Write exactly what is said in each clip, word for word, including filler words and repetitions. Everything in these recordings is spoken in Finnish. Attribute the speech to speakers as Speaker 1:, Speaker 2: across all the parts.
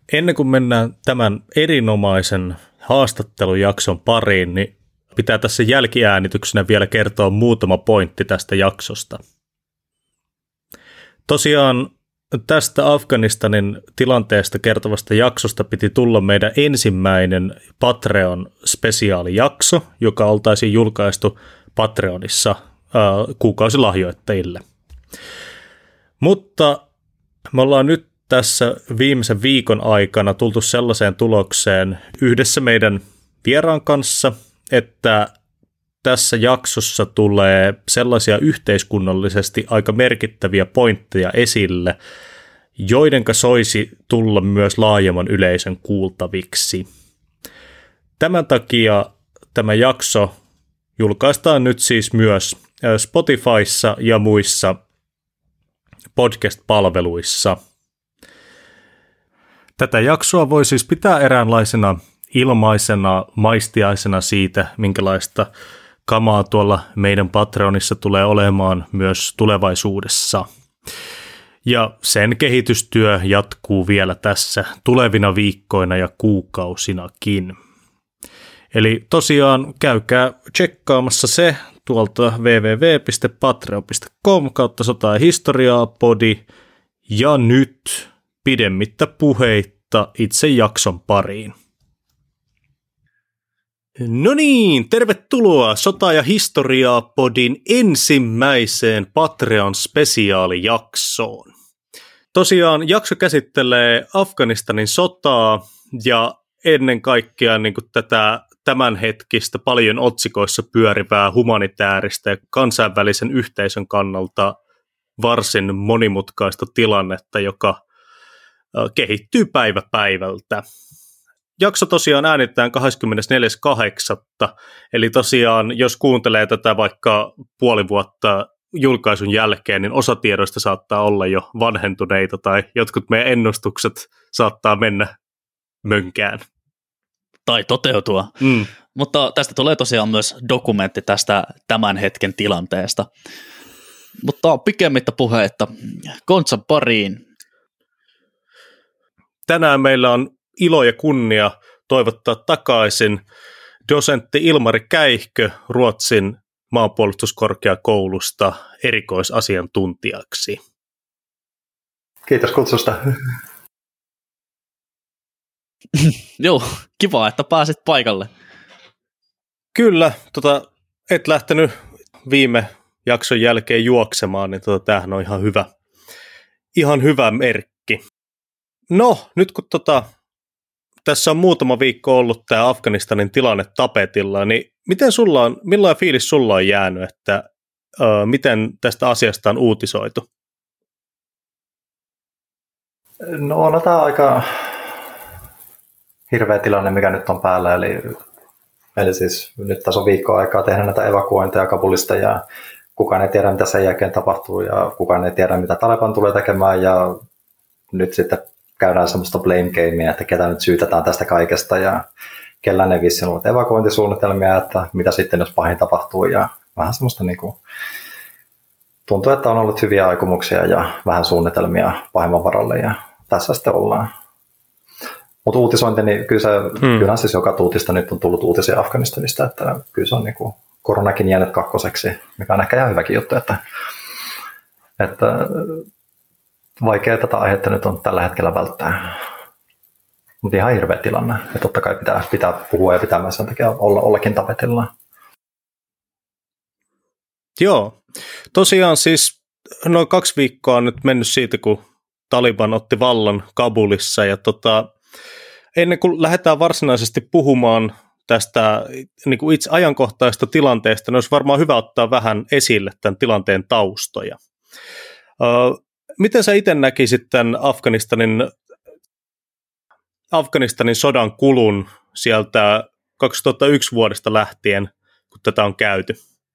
Speaker 1: Ennen kuin mennään tämän erinomaisen haastattelujakson pariin, niin pitää tässä jälkiäänityksenä vielä kertoa muutama pointti tästä jaksosta. Tosiaan tästä Afganistanin tilanteesta kertovasta jaksosta piti tulla meidän ensimmäinen Patreon-spesiaalijakso, joka oltaisiin julkaistu Patreonissa äh, kuukausilahjoittajille. Mutta me ollaan nyt tässä viimeisen viikon aikana tultu sellaiseen tulokseen yhdessä meidän vieraan kanssa, että tässä jaksossa tulee sellaisia yhteiskunnallisesti aika merkittäviä pointteja esille, joidenka soisi tulla myös laajemman yleisön kuultaviksi. Tämän takia tämä jakso julkaistaan nyt siis myös Spotifyssa ja muissa podcast-palveluissa. Tätä jaksoa voi siis pitää eräänlaisena ilmaisena maistiaisena siitä, minkälaista kamaa tuolla meidän Patreonissa tulee olemaan myös tulevaisuudessa. Ja sen kehitystyö jatkuu vielä tässä tulevina viikkoina ja kuukausinakin. Eli tosiaan käykää tsekkaamassa se tuolta double-u double-u double-u piste patreon piste com kautta sota ja historiaa podi. Ja nyt pidemmittä puheitta itse jakson pariin. No niin, tervetuloa Sota ja historiaa podin ensimmäiseen Patreon-spesiaalijaksoon. Tosiaan jakso käsittelee Afganistanin sotaa ja ennen kaikkea niin kuin tätä tämänhetkistä paljon otsikoissa pyörivää humanitaarista ja kansainvälisen yhteisön kannalta varsin monimutkaista tilannetta, joka kehittyy päivä päivältä. Jakso tosiaan äänitetään kahdeskymmenesneljäs kahdeksatta eli tosiaan jos kuuntelee tätä vaikka puoli vuotta julkaisun jälkeen, niin osa tiedoista saattaa olla jo vanhentuneita tai jotkut meidän ennustukset saattaa mennä mönkään.
Speaker 2: Tai toteutua. Mm. Mutta tästä tulee tosiaan myös dokumentti tästä tämän hetken tilanteesta. Mutta pikemmittä puhetta Kontsan pariin.
Speaker 1: Tänään meillä on ilo ja kunnia toivottaa takaisin dosentti Ilmari Käihkö Ruotsin maanpuolustuskorkeakoulusta erikoisasiantuntijaksi.
Speaker 3: Kiitos kutsusta.
Speaker 2: Joo, kiva, että pääsit paikalle.
Speaker 1: Kyllä, tota, et lähtenyt viime jakson jälkeen juoksemaan, niin tota, tämähän on ihan hyvä, ihan hyvä merkki. No, nyt kun tota, tässä on muutama viikko ollut tämä Afganistanin tilanne tapetilla, niin miten sulla on, millainen fiilis sulla on jäänyt, että ö, miten tästä asiasta on uutisoitu?
Speaker 3: No on tämä aika hirveä tilanne, mikä nyt on päällä, eli, eli siis nyt tässä on viikko aikaa tehdä näitä evakuointeja Kabulista ja kukaan ei tiedä, mitä sen jälkeen tapahtuu ja kukaan ei tiedä, mitä Taliban tulee tekemään ja nyt sitten käydään semmoista blame gamea, että ketä nyt syytetään tästä kaikesta ja kellään ei vissiin ollut evakuointisuunnitelmia, että mitä sitten jos pahin tapahtuu ja vähän semmoista niin kuin, tuntuu, että on ollut hyviä aikomuksia ja vähän suunnitelmia pahimman varalle ja tässä sitten ollaan. Mutta uutisointi, niin kyllä, se, hmm. kyllä siis joka tuutista nyt on tullut uutisia Afganistanista, että kyllä se on niin kuin koronakin jäänyt kakkoseksi, mikä on ehkä ihan hyväkin juttu, että, että vaikea tätä aihetta nyt on tällä hetkellä välttää. Mutta ihan hirveä tilanne. Ja totta kai pitää, pitää puhua ja pitää myös sen takia olla, ollakin tapetilla.
Speaker 1: Joo. Tosiaan siis noin kaksi viikkoa on nyt mennyt siitä, kun Taliban otti vallan Kabulissa. Ja tota, ennen kuin lähdetään varsinaisesti puhumaan tästä niin kuin itse ajankohtaista tilanteesta, niin olisi varmaan hyvä ottaa vähän esille tämän tilanteen taustoja. Uh, Miten sä itse näkisit tämän Afganistanin, Afganistanin sodan kulun sieltä kaksituhattayksi vuodesta lähtien, kun tätä on käyty?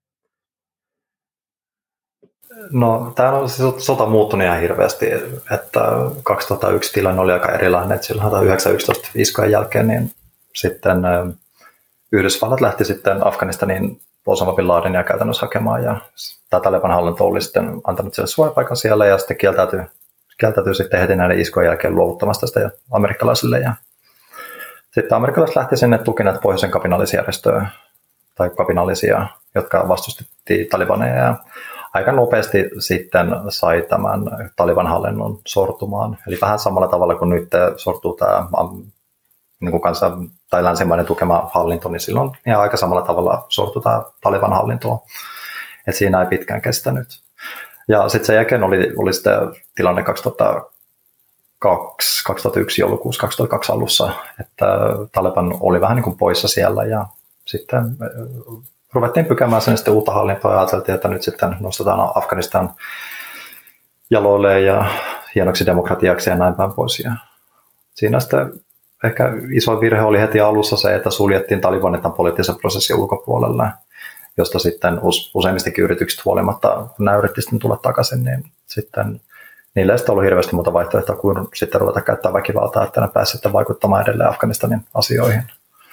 Speaker 3: No, tämä on siis sota muuttunut ihan hirveästi, että kaksituhattayksi tilanne oli aika erilainen, että silloin yhdeksän yksitoista iskojen jälkeen, niin sitten Yhdysvallat lähti sitten Afganistanin Osama bin Ladenia käytännössä hakemaan, ja tämä Taliban hallinto oli sitten antanut sille suojapaikan siellä, ja sitten kieltäytyi, kieltäytyi sitten heti näiden iskojen jälkeen luovuttamasta sitä amerikkalaisille. Ja sitten amerikkalaiset lähti sinne tukineet pohjoisen kapinallisjärjestöä tai kapinallisia, jotka vastustettiin Talibaneja. Ja aika nopeasti sitten sai tämän Taliban hallinnon sortumaan. Eli vähän samalla tavalla kuin nyt sortuu tämä niin kuin kansa, tai länsimainen tukema hallinto, niin silloin ihan aika samalla tavalla sortui tämä Taliban hallinto. Et siinä ei pitkään kestänyt. Ja sitten sen jälkeen oli, oli sitten tilanne kaksituhattakaksi, kaksituhattayksi joulukuussa kaksituhattakaksi alussa, että Taliban oli vähän niin kuin poissa siellä ja sitten ruvettiin pykäämään sen sitten uutta hallintoa ja ajateltiin, että nyt sitten nostetaan Afganistan jaloille ja hienoksi demokratiaksi ja näin päin pois. Ja siinä sitten ehkä iso virhe oli heti alussa se, että suljettiin Talibanit tämän poliittisen prosessin ulkopuolelle, josta sitten useimmistakin yritykset huolimatta, kun nämä yritti sitten tulla takaisin, niin sitten niillä ei sitten ollut hirveästi muuta vaihtoehtoa kuin sitten ruveta käyttää väkivaltaa, että ne pääsivät sitten vaikuttamaan edelleen Afganistanin asioihin.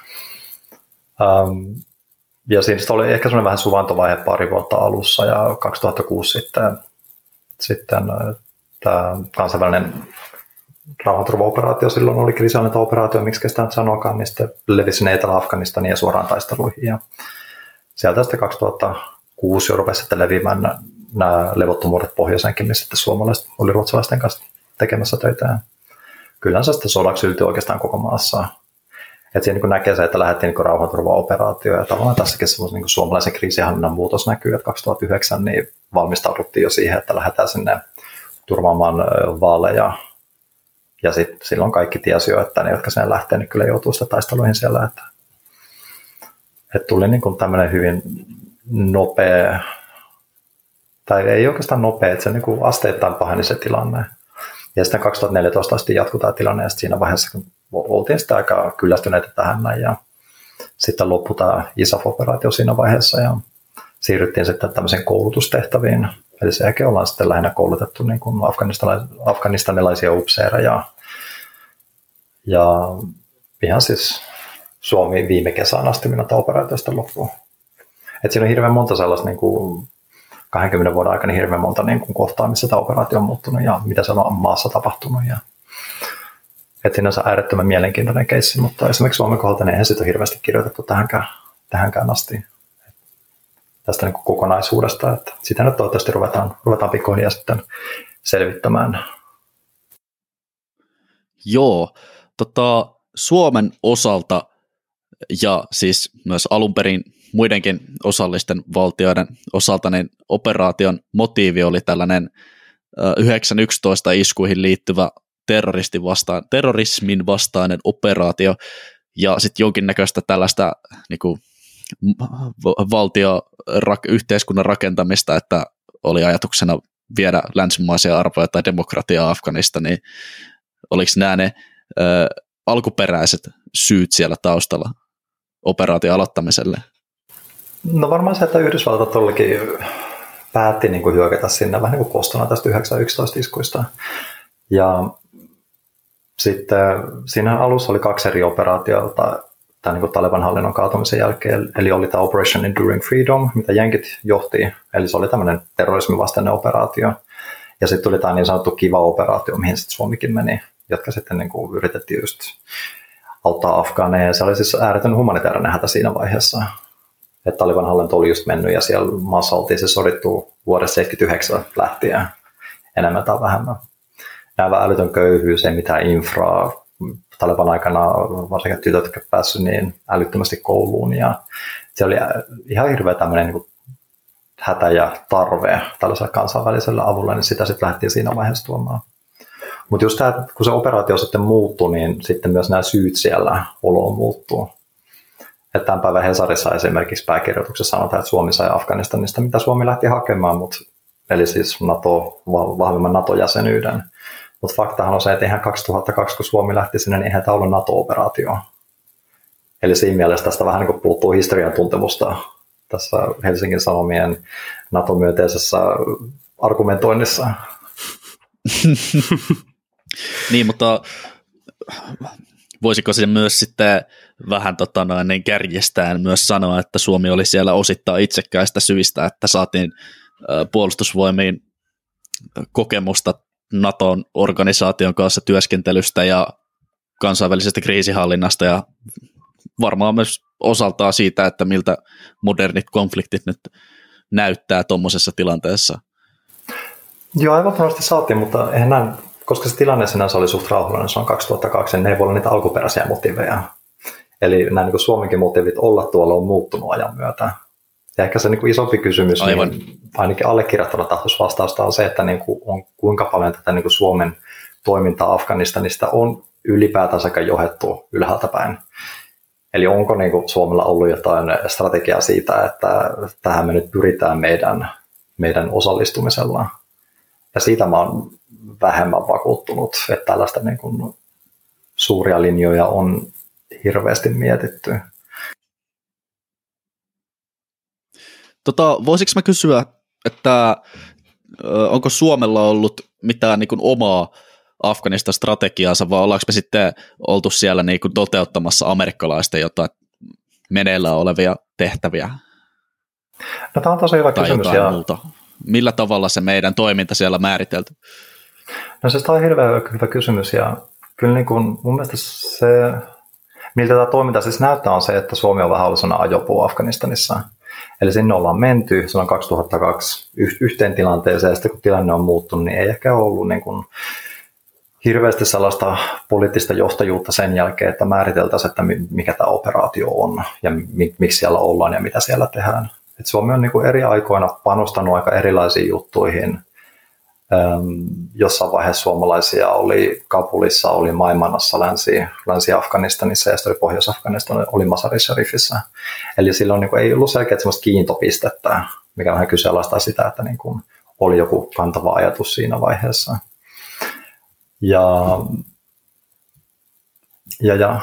Speaker 3: Um, ja siinä oli ehkä sellainen vähän suvantovaihe pari vuotta alussa, ja kaksituhattakuusi sitten, sitten tämä kansainvälinen rauhanturvaoperaatio silloin oli kriisinhallintaoperaatio, miksi sitä nyt sanoakaan, niin sitten levisi ne Etelä-Afganistania suoraan taisteluihin. Ja sieltä sitten kaksituhattakuusi jo rupesi sitten leviämään nämä, nämä levottomuudet pohjoiseenkin, missä sitten suomalaiset oli ruotsalaisten kanssa tekemässä töitä. Ja kyllähän se sitten sodaksi yltyi oikeastaan koko maassa. Et siinä niin näkee se, että lähdettiin niin rauhanturvaoperaatio ja tavallaan tässäkin semmoisen niin suomalaisen kriisinhallinnan muutos näkyy, että kaksituhattayhdeksän niin valmistauduttiin jo siihen, että lähdetään sinne turvaamaan vaaleja. Ja sitten silloin kaikki tiesi jo, että ne, jotka sen lähtee, niin kyllä joutuu sitä taisteluihin siellä. Että, että tuli niin kuin tämmöinen hyvin nopea, tai ei oikeastaan nopea, että se niin kuin asteittain paheni se tilanne. Ja sitten kaksituhattaneljätoista asti jatkui tämä tilanne, ja siinä vaiheessa, kun oltiin sitä aika kyllästyneitä tähän näin, ja sitten loppui tämä I S A F-operaatio siinä vaiheessa, ja siirryttiin sitten tämmöisiin koulutustehtäviin. Eli sen jälkeen ollaan sitten lähinnä koulutettu niin kuin afganistanilaisia upseereja. Ja ihan siis Suomi viime kesään asti minä tämä operaatio sitten loppuu. Et siinä on hirveän monta sellaista niin kuin kahdenkymmenen vuoden aikana hirveän monta niin kuin kohtaa, missä tämä operaatio on muuttunut ja mitä se on maassa tapahtunut. Ja et siinä on se äärettömän mielenkiintoinen keissi, mutta esimerkiksi Suomen kohdalta niin eihän sitä ole hirveästi kirjoitettu tähänkään, tähänkään asti. Tästä niin kuin kokonaisuudesta, että sitä nyt toivottavasti ruvetaan, ruvetaan pikkuhiljaa sitten selvittämään.
Speaker 2: Joo, tota, Suomen osalta ja siis myös alun perin muidenkin osallisten valtioiden osalta, niin operaation motiivi oli tällainen yhdeksän yksitoista iskuihin liittyvä terroristin vastaan, terrorismin vastainen operaatio ja sitten jonkinnäköistä tällaista niin kuin valtio yhteiskunnan rakentamista, että oli ajatuksena viedä länsimaisia arvoja tai demokratiaa Afganistaniin. Oliko nämä ne ö, alkuperäiset syyt siellä taustalla operaation aloittamiselle?
Speaker 3: No varmaan se, että Yhdysvallat todellakin päätti niin kuin hyökätä sinne vähän niin kuin kostona tästä yhdeksän yksitoista iskuista. Ja sitten siinä alussa oli kaksi eri operaatiota tämän niin kuin Taliban hallinnon kaatumisen jälkeen, eli oli tämä Operation Enduring Freedom, mitä jenkit johti, eli se oli tämmöinen terrorismin vastainen operaatio, ja sitten tuli tämä niin sanottu kiva-operaatio, mihin sitten Suomikin meni, jotka sitten niin kuin yritettiin just auttaa afgaaneja, ja se oli siis ääretön humanitaarinen hätä siinä vaiheessa, että Taliban hallinto oli just mennyt, ja siellä maassa oltiin se sodittu vuodesta seitsemänkymmentäyhdeksän lähtien, enemmän tai vähemmän. Nämä älytön köyhyys, ei mitään infraa, Taliban aikana varsinkin tytöt, jotka päässyt niin älyttömästi kouluun. Ja se oli ihan hirveä tämmöinen niin kuin hätä ja tarve tällaisella kansainvälisellä avulla, niin sitä sitten lähdettiin siinä vaiheessa tuomaan. Mutta just tämä, kun se operaatio sitten muuttui, niin sitten myös nämä syyt siellä oloon muuttuu. Että tämän päivän Hesarissa esimerkiksi pääkirjoituksessa sanotaan, että Suomi sai Afganistanista, mitä Suomi lähti hakemaan, mutta, eli siis NATO, vahvemman NATO-jäsenyyden. Mutta faktahan on se, että eihän kaksituhattakaksi, kun Suomi lähti sinne, niin eihän tämä ollut NATO-operaatio. Eli siinä mielessä tästä vähän niin kuin puuttuu historian tuntemusta tässä Helsingin Sanomien NATO-myönteisessä argumentoinnissa.
Speaker 2: Niin, mutta voisiko se myös sitten vähän tota noin, kärjestään myös sanoa, että Suomi oli siellä osittain itsekkäistä syistä, että saatiin puolustusvoimiin kokemusta Naton organisaation kanssa työskentelystä ja kansainvälisestä kriisihallinnasta ja varmaan myös osaltaan siitä, että miltä modernit konfliktit nyt näyttää tuommoisessa tilanteessa. Joo,
Speaker 3: aivan varmasti saatiin, mutta eihän näin, koska se tilanne sinänsä oli suht rauhallinen, se on kaksituhattakaksi, niin ne ei voi olla niitä alkuperäisiä motiiveja. Eli nämä niin kuin Suomenkin motiivit olla tuolla on muuttunut ajan myötä. Ja ehkä se niin kuin isompi kysymys, aivan. Niin ainakin allekirjoittava tahtoisi vastausta on se, että niin kuin on, kuinka paljon tätä niin kuin Suomen toimintaa Afganistanista on ylipäätään sekä johdettu ylhäältä päin. Eli onko niin kuin Suomella ollut jotain strategiaa siitä, että tähän me nyt pyritään meidän, meidän osallistumisella. Ja siitä mä oon vähemmän vakuuttunut, että tällaista niin kuin suuria linjoja on hirveästi mietitty.
Speaker 2: Tota, voisiko mä kysyä, että onko Suomella ollut mitään niin kuin omaa Afganistan strategiaansa, vai ollaanko me sitten oltu siellä niin kuin toteuttamassa amerikkalaisten jotain meneillään olevia tehtäviä?
Speaker 3: No, tämä on tosi hyvä
Speaker 2: tai
Speaker 3: kysymys.
Speaker 2: Jotain
Speaker 3: ja...
Speaker 2: muuta. Millä tavalla se meidän toiminta siellä määritelty?
Speaker 3: No se on hirveän hyvä kysymys, ja kyllä niin kuin mun mielestä se, miltä tämä toiminta siis näyttää, on se, että Suomi on vähän ollut sellainen ajopuu Afganistanissa. Eli sinne ollaan menty silloin kaksituhattakaksi yhteen tilanteeseen, ja sitten kun tilanne on muuttunut, niin ei ehkä ollut niin kuin hirveästi sellaista poliittista johtajuutta sen jälkeen, että määriteltäisiin, että mikä tämä operaatio on ja miksi siellä ollaan ja mitä siellä tehdään. Et Suomi on niin kuin eri aikoina panostanut aika erilaisiin juttuihin. Jossain vaiheessa suomalaisia oli Kabulissa, oli Maimanassa, Länsi, Länsi-Afganistanissa ja sitten oli Pohjois-Afganistanissa, oli Mazar-i-Sharifissä. Eli silloin niin kuin ei ollut selkeää sellaista kiintopistettä, mikä vähän kyseenalaistaa sitä, että niin kuin oli joku kantava ajatus siinä vaiheessa. Ja, ja, ja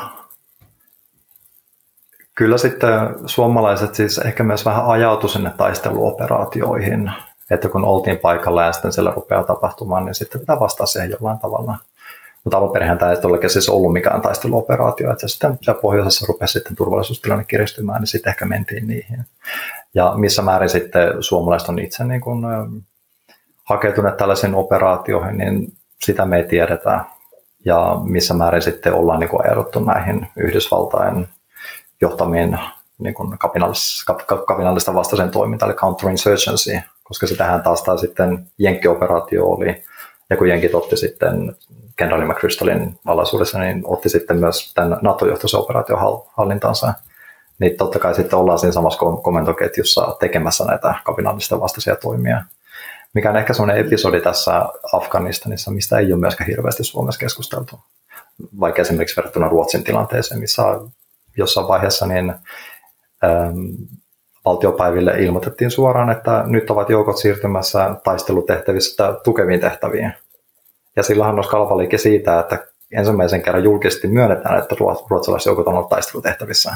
Speaker 3: kyllä sitten suomalaiset siis ehkä myös vähän ajautui sinne taisteluoperaatioihin, että kun oltiin paikalla ja sitten siellä rupeaa tapahtumaan, niin sitten pitää vastata siihen jollain tavalla. Mutta alun perinhän tämä ei ole siis ollut mikään taisteluoperaatio, että sitten pohjoisessa rupesi sitten turvallisuustilanne kiristymään, niin sitten ehkä mentiin niihin. Ja missä määrin sitten suomalaiset on itse niin kuin hakeutuneet tällaisiin operaatioihin, niin sitä me ei tiedetä. Ja missä määrin sitten ollaan niin kuin ajauduttu näihin Yhdysvaltain johtamiin niin kuin kapinallista vastaisen toimintaan, eli counterinsurgency, koska sitähän taas tämä sitten Jenkki-operaatio oli, ja kun Jenkit otti sitten kenraali McChrystalin alaisuudessa, niin otti sitten myös tämän NATO-johtoisen operaation hallintansa, niin totta kai sitten ollaan siinä samassa komentoketjussa tekemässä näitä kapinallista vastaisia toimia, mikä on ehkä sellainen episodi tässä Afganistanissa, mistä ei ole myöskään hirveästi Suomessa keskusteltu, vaikka esimerkiksi verrattuna Ruotsin tilanteeseen, missä jossain vaiheessa niin ähm, valtiopäiville ilmoitettiin suoraan, että nyt ovat joukot siirtymässä taistelutehtävistä tukeviin tehtäviin. Ja silloinhan olisi kalvaliike siitä, että ensimmäisen kerran julkisesti myönnetään, että ruotsalaiset joukot on ollut taistelutehtävissä.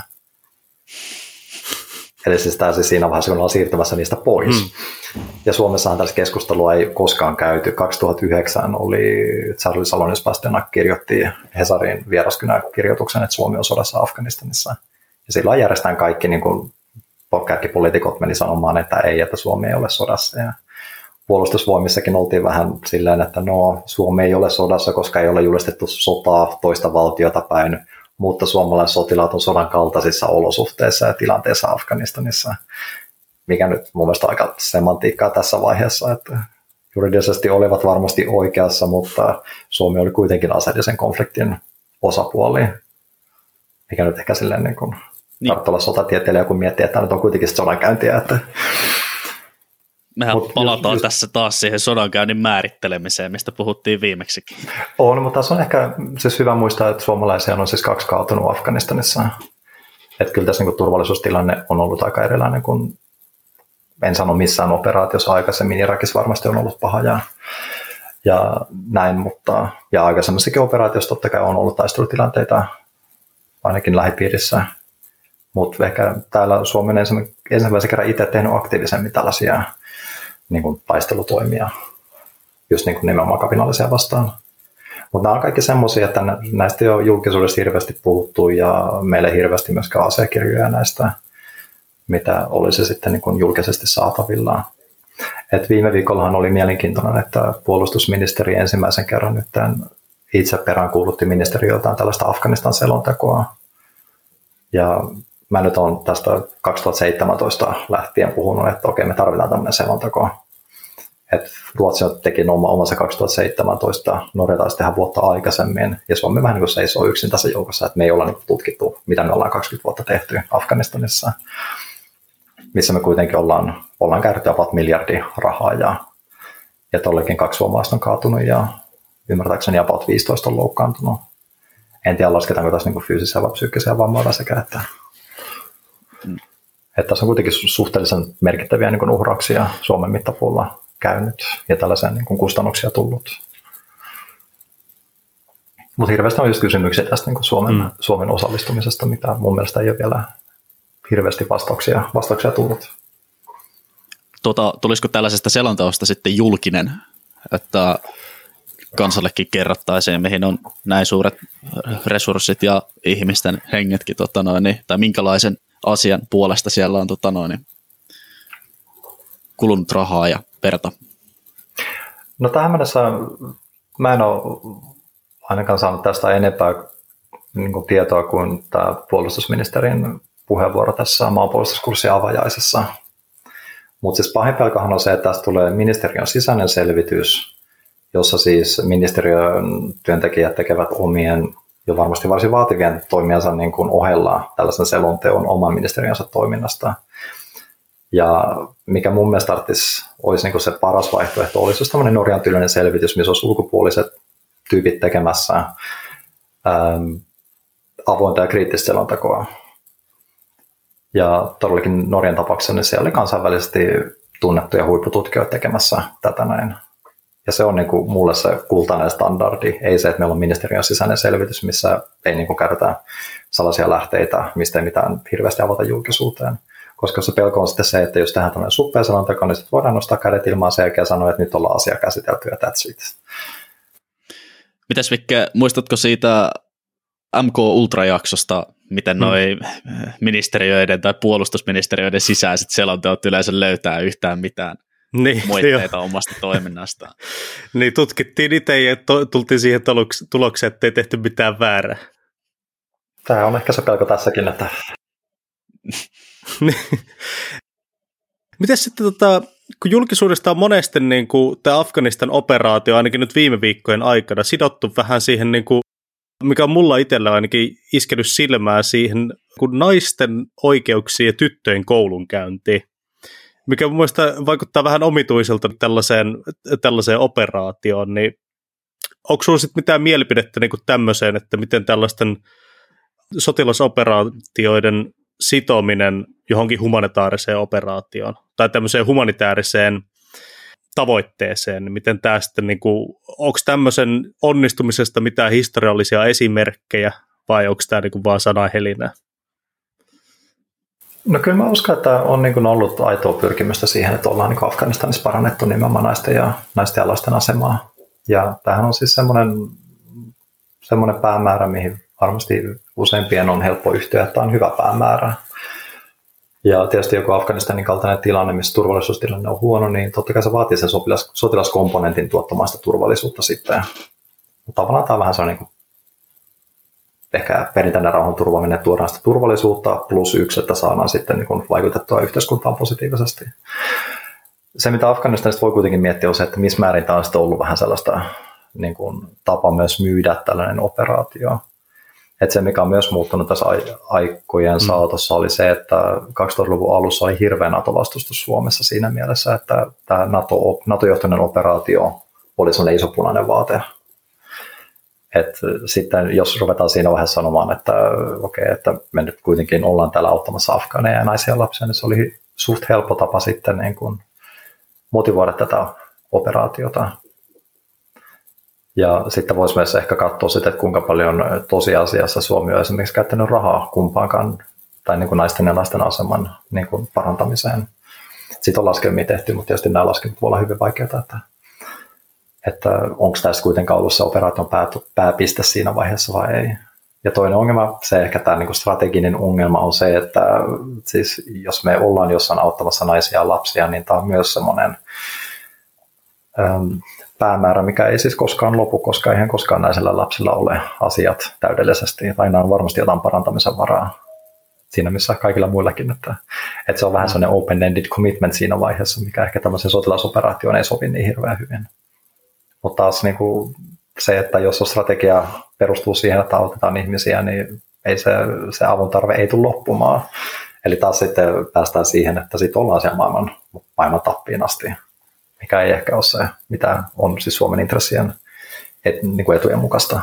Speaker 3: Eli siis tämä siis siinä vaiheessa, kun ollaan siirtymässä niistä pois. Hmm. Ja Suomessahan tällaista keskustelua ei koskaan käyty. kaksituhattayhdeksän oli Charlie Salonen-Pasternak kirjoitti Hesarin vieraskynäkirjoituksen, että Suomi on sodassa Afganistanissa. Ja silloin järjestetään kaikki niin kuin kärkipoliitikot meni sanomaan, että ei, että Suomi ei ole sodassa. Ja puolustusvoimissakin oltiin vähän silleen, että no, Suomi ei ole sodassa, koska ei ole julistettu sotaa toista valtiota päin, mutta suomalaiset sotilaat on sodan kaltaisissa olosuhteissa ja tilanteessa Afganistanissa, mikä nyt mun mielestä aika semantiikkaa tässä vaiheessa, että juridisesti olivat varmasti oikeassa, mutta Suomi oli kuitenkin aseellisen konfliktin osapuoli, mikä nyt ehkä silleen niin kuin niin. Tarvitsee olla sotatieteilijä, kun miettii, että nyt on kuitenkin sodankäyntiä. Että...
Speaker 2: Mehän Mut palataan just, tässä taas siihen sodankäynnin määrittelemiseen, mistä puhuttiin viimeksikin.
Speaker 3: On, mutta tässä on ehkä siis hyvä muistaa, että suomalaisia on siis kaksi kaatunut Afganistanissa. Että kyllä tässä niin kuin turvallisuustilanne on ollut aika erilainen kuin en sano missään operaatiossa aikaisemmin. Irakissa varmasti on ollut paha ja, ja näin, mutta ja aikaisemmassakin operaatiossa totta kai on ollut taistelutilanteita ainakin lähipiirissä. Mutta ehkä täällä Suomi on ensimmäisen kerran itse tehnyt aktiivisemmin tällaisia niin kuin taistelutoimia, just niin kuin nimenomaan kapinallisia vastaan. Mutta nämä on kaikki semmoisia, että näistä ei ole julkisuudessa hirveästi puhuttu ja meillä ei hirveästi myöskään asiakirjoja näistä, mitä olisi sitten niin kuin julkisesti saatavilla. Et viime viikollahan oli mielenkiintoinen, että puolustusministeri ensimmäisen kerran nyt itse peräänkuulutti ministeriöltään tällaista Afganistan-selontekoa. Ja mä nyt olen tästä kaksituhattaseitsemäntoista lähtien puhunut, että okei, me tarvitaan tämmöinen selonteko. Et Ruotsi teki omansa kaksituhattaseitsemäntoista, Norja taisi tehdä vuotta aikaisemmin, ja Suomi vähän niin kuin seisoo yksin tässä joukossa, että me ei olla niin tutkittu, mitä me ollaan kaksikymmentä vuotta tehty Afganistanissa, missä me kuitenkin ollaan, ollaan käytetty about miljardi rahaa, ja, ja tollekin kaksi suomalaista on kaatunut, ja ymmärtääkseni about viisitoista on loukkaantunut. En tiedä, lasketaanko tässä niin fyysisiä vai psyykkisiä vammoja sekä, että, että tässä on kuitenkin suhteellisen merkittäviä niin uhrauksia Suomen mittapuulla käynyt ja tällaisia niin kustannuksia tullut. Mutta hirveästi on just kysymyksiä tästä niin Suomen, mm. Suomen osallistumisesta, mitä mun mielestä ei ole vielä hirveästi vastauksia, vastauksia tullut.
Speaker 2: Tuota, tulisiko tällaisesta selonteosta sitten julkinen, että kansallekin kerrottaisiin, mihin on näin suuret resurssit ja ihmisten hengetkin, tota noin, niin, tai minkälaisen asian puolesta siellä on tota noin, niin, kulunut rahaa ja verta?
Speaker 3: No tähän mennessä mä en ole ainakaan saanut tästä enempää niin kuin tietoa kuin tämä puolustusministerin puheenvuoro tässä maanpuolustuskurssin avajaisessa. Mutta siis pahin pelkohan on se, että tästä tulee ministeriön sisäinen selvitys, jossa siis ministeriön työntekijät tekevät omien jo varmasti varsin vaativien toimijansa niin kuin ohella tällaisen selonteon oman ministeriönsä toiminnasta. Ja mikä mun mielestä tarvitsisi, olisi niin kuin se paras vaihtoehto, olisi just tämmöinen Norjan tyylinen selvitys, missä olisi ulkopuoliset tyypit tekemässä ähm, avointa ja kriittistä selontekoa. Ja todellakin Norjan tapauksessa niin siellä oli kansainvälisesti tunnettuja huippututkijoita tekemässä tätä näin. Ja se on niin kuin mulle se kultainen standardi, ei se, että meillä on ministeriön sisäinen selvitys, missä ei niin kuin käytetä salaisia lähteitä, mistä ei mitään hirveästi avata julkisuuteen. Koska se pelko on sitten se, että jos tehdään tämmöinen suppea selonteko, niin sitten voidaan nostaa kädet ilmaan selkeä ja sanoa, että nyt ollaan asia käsitelty ja that's it.
Speaker 2: Mitäs Vikke, muistatko siitä M K Ultra-jaksosta, miten hmm. noi ministeriöiden tai puolustusministeriöiden sisäiset selonteot yleensä löytää yhtään mitään niin, moitteita jo. omasta toiminnastaan?
Speaker 1: Niin, tutkittiin itse ja to- tultiin siihen tulokseen, että ei tehty mitään väärää.
Speaker 3: Tämä on ehkä se pelko tässäkin, että...
Speaker 1: Miten sitten, tota, kun julkisuudesta on monesti niin kuin, tämä Afganistan operaatio ainakin nyt viime viikkojen aikana sidottu vähän siihen, niin kuin, mikä on mulla itsellä ainakin iskenyt silmää siihen, kun naisten oikeuksiin ja tyttöjen koulunkäyntiin, mikä mun mielestä vaikuttaa vähän omituiselta tällaiseen, tällaiseen operaatioon, niin onko sinulla sitten mitään mielipidettä niin kuin tämmöiseen, että miten tällaisten sotilasoperaatioiden sitominen johonkin humanitaariseen operaatioon tai tämmöiseen humanitaariseen tavoitteeseen, niin miten tämä sitten, niin kuin, onko tämmöisen onnistumisesta mitään historiallisia esimerkkejä vai onko tämä niin kuin vaan sanahelinää?
Speaker 3: No kyllä mä uskon, että on niin kuin ollut aitoa pyrkimystä siihen, että ollaan niin kuin Afganistanissa parannettu nimenomaan naisten ja, naisten ja lasten asemaa. Ja tämähän on siis semmoinen, semmoinen päämäärä, mihin varmasti useimpien on helppo yhtyä, että on hyvä päämäärä. Ja tietysti joku Afganistanin kaltainen tilanne, missä turvallisuustilanne on huono, niin totta kai se vaatii sen sotilas, sotilaskomponentin tuottamaan sitä turvallisuutta sitten. Mutta tavallaan tämä on vähän sellainen niin ehkä perinteinen rauhan turvaaminen, että tuodaan sitä turvallisuutta plus yksi, että saadaan sitten niin kuin vaikutettua yhteiskuntaan positiivisesti. Se, mitä Afganistanista voi kuitenkin miettiä, on se, että missä määrin tämä on sitten ollut vähän sellaista niin kuin tapa myös myydä tällainen operaatio. Että se, mikä on myös muuttunut tässä aikojen mm. saatossa, oli se, että kaksituhattaluvun alussa oli hirveä NATO-vastustus Suomessa siinä mielessä, että tämä NATO, NATO-johtoinen operaatio oli sellainen iso punainen vaate. Et sitten jos ruvetaan siinä vaiheessa sanomaan, että okei, okay, että me nyt kuitenkin ollaan täällä auttamassa afgaaneja ja naisia ja lapsia, niin se oli suht helppo tapa sitten niin kuin motivoida tätä operaatiota. Ja sitten voisi myös ehkä katsoa sitä, että kuinka paljon tosiasiassa Suomi on esimerkiksi käyttänyt rahaa kumpaankaan tai niin kuin naisten ja lasten aseman niin kuin parantamiseen. Siitä on laskelmia tehty, mutta tietysti nämä laskelmat voi olla hyvin vaikeita, että, että onko tässä kuitenkaan ollut se operaation pää, pääpiste siinä vaiheessa vai ei. Ja toinen ongelma, se ehkä tämä niinku strateginen ongelma on se, että siis jos me ollaan jossain auttamassa naisia ja lapsia, niin tämä on myös semmoinen äm, päämäärä, mikä ei siis koskaan lopu, koska eihän koskaan naisilla lapsilla ole asiat täydellisesti. Aina on varmasti jotain parantamisen varaa siinä, missä kaikilla muillakin. Että, että se on vähän sellainen open-ended commitment siinä vaiheessa, mikä ehkä tämmöisen sotilasoperaatioon ei sovi niin hirveän hyvin. Mutta taas niin kuin se, että jos on strategia perustuu siihen, että autetaan ihmisiä, niin ei se, se avun tarve ei tule loppumaan. Eli taas sitten päästään siihen, että sitten ollaan siellä maailman, maailman tappiin asti, mikä ei ehkä ole se, mitä on siis Suomen intressien et, niin kuin etujen mukaista.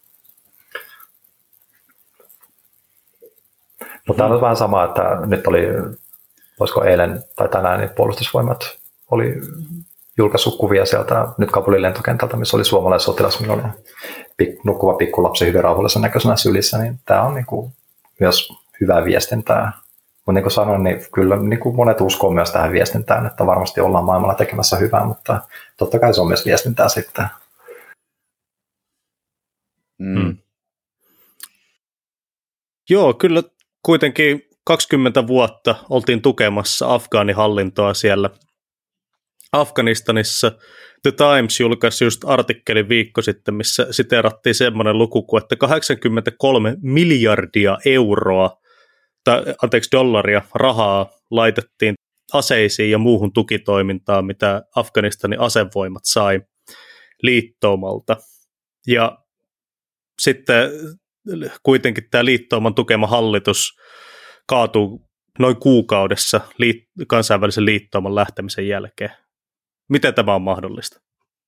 Speaker 3: Mutta tämä on vähän sama, että nyt oli, voisiko eilen tai tänään, niin puolustusvoimat oli julkaissut kuvia sieltä nyt Kabulin lentokentältä, missä oli suomalainen sotilas, millä oli pik, nukkuva pikkulapsi hyvin rauhallisen näköisenä sylissä, niin tämä on niin kuin myös hyvää viestintää. Mutta niin kuin sanoin, niin kyllä niin kuin monet uskoo myös tähän viestintään, että varmasti ollaan maailmalla tekemässä hyvää, mutta totta kai se on myös viestintää sitten.
Speaker 1: Mm. Joo, kyllä kuitenkin kaksikymmentä vuotta oltiin tukemassa Afgaanihallintoa siellä Afganistanissa. The Times julkaisi just artikkelin viikko sitten, missä siteerattiin semmoinen luku kuin, että kahdeksankymmentäkolme miljardia euroa, tai anteeksi dollaria, rahaa laitettiin aseisiin ja muuhun tukitoimintaan, mitä Afganistanin asevoimat sai liittoumalta. Ja sitten kuitenkin tämä liittouman tukema hallitus kaatuu noin kuukaudessa liit- kansainvälisen liittouman lähtemisen jälkeen. Miten tämä on mahdollista?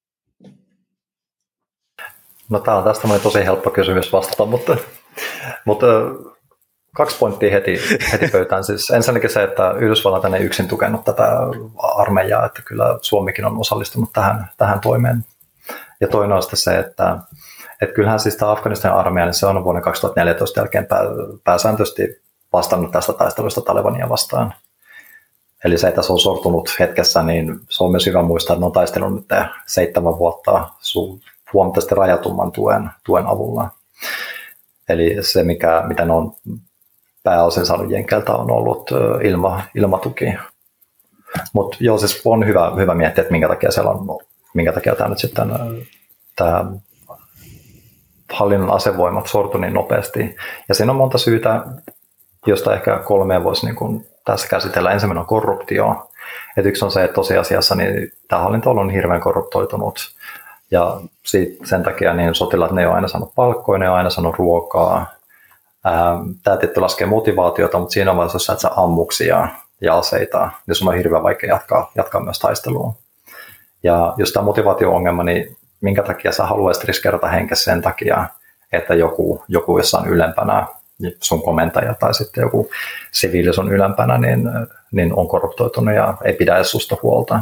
Speaker 3: No tämä on tästä tosi helppo kysymys vastata, mutta, mutta kaksi pointtia heti, heti pöytään. Siis ensinnäkin se, että Yhdysvallat ei yksin tukenut tätä armeijaa, että kyllä Suomikin on osallistunut tähän, tähän toimeen. Ja toinen on sitten se, että, että kyllähän siis tämä Afganistanin armeija, niin se on vuonna kaksituhattaneljätoista jälkeen pää, pääsääntöisesti vastannut tästä taistelusta Talebania vastaan. Eli se, että se on sortunut hetkessä, niin se on myös hyvä muistaa, että ne on taistellut nyt seitsemän vuotta huomattavasti rajatumman tuen, tuen avulla. Eli se, mikä, mitä ne on pääosin saanut Jenkeiltä, on ollut ilma, ilmatuki. Mutta joo, siis on hyvä, hyvä miettiä, että minkä takia siellä on, minkä takia tämä nyt sitten tämä hallinnon asevoimat sortui niin nopeasti. Ja siinä on monta syytä, josta ehkä kolmea voisi niin kuin tässä käsitellä. Ensimmäinen on korruptio. Et yksi on se, että tosiasiassa niin tämä hallinto on hirveän korruptoitunut. Ja siitä, sen takia niin sotilaat ne ei ole aina saanut palkkoja, ne ei ole aina saanut ruokaa. Tämä tietty laskee motivaatiota, mutta siinä vaiheessa, jos sä et saa ammuksia ja aseita, niin sun on hirveän vaikea jatkaa, jatkaa myös taistelua. Ja jos tämä motivaatio-ongelma, niin minkä takia sä haluaisit riskeerata henkesi sen takia, että joku, joku jossain ylempänä, sun komentaja tai sitten joku siviili sun ylempänä, niin, niin on korruptoitunut ja ei pidä edes susta huolta.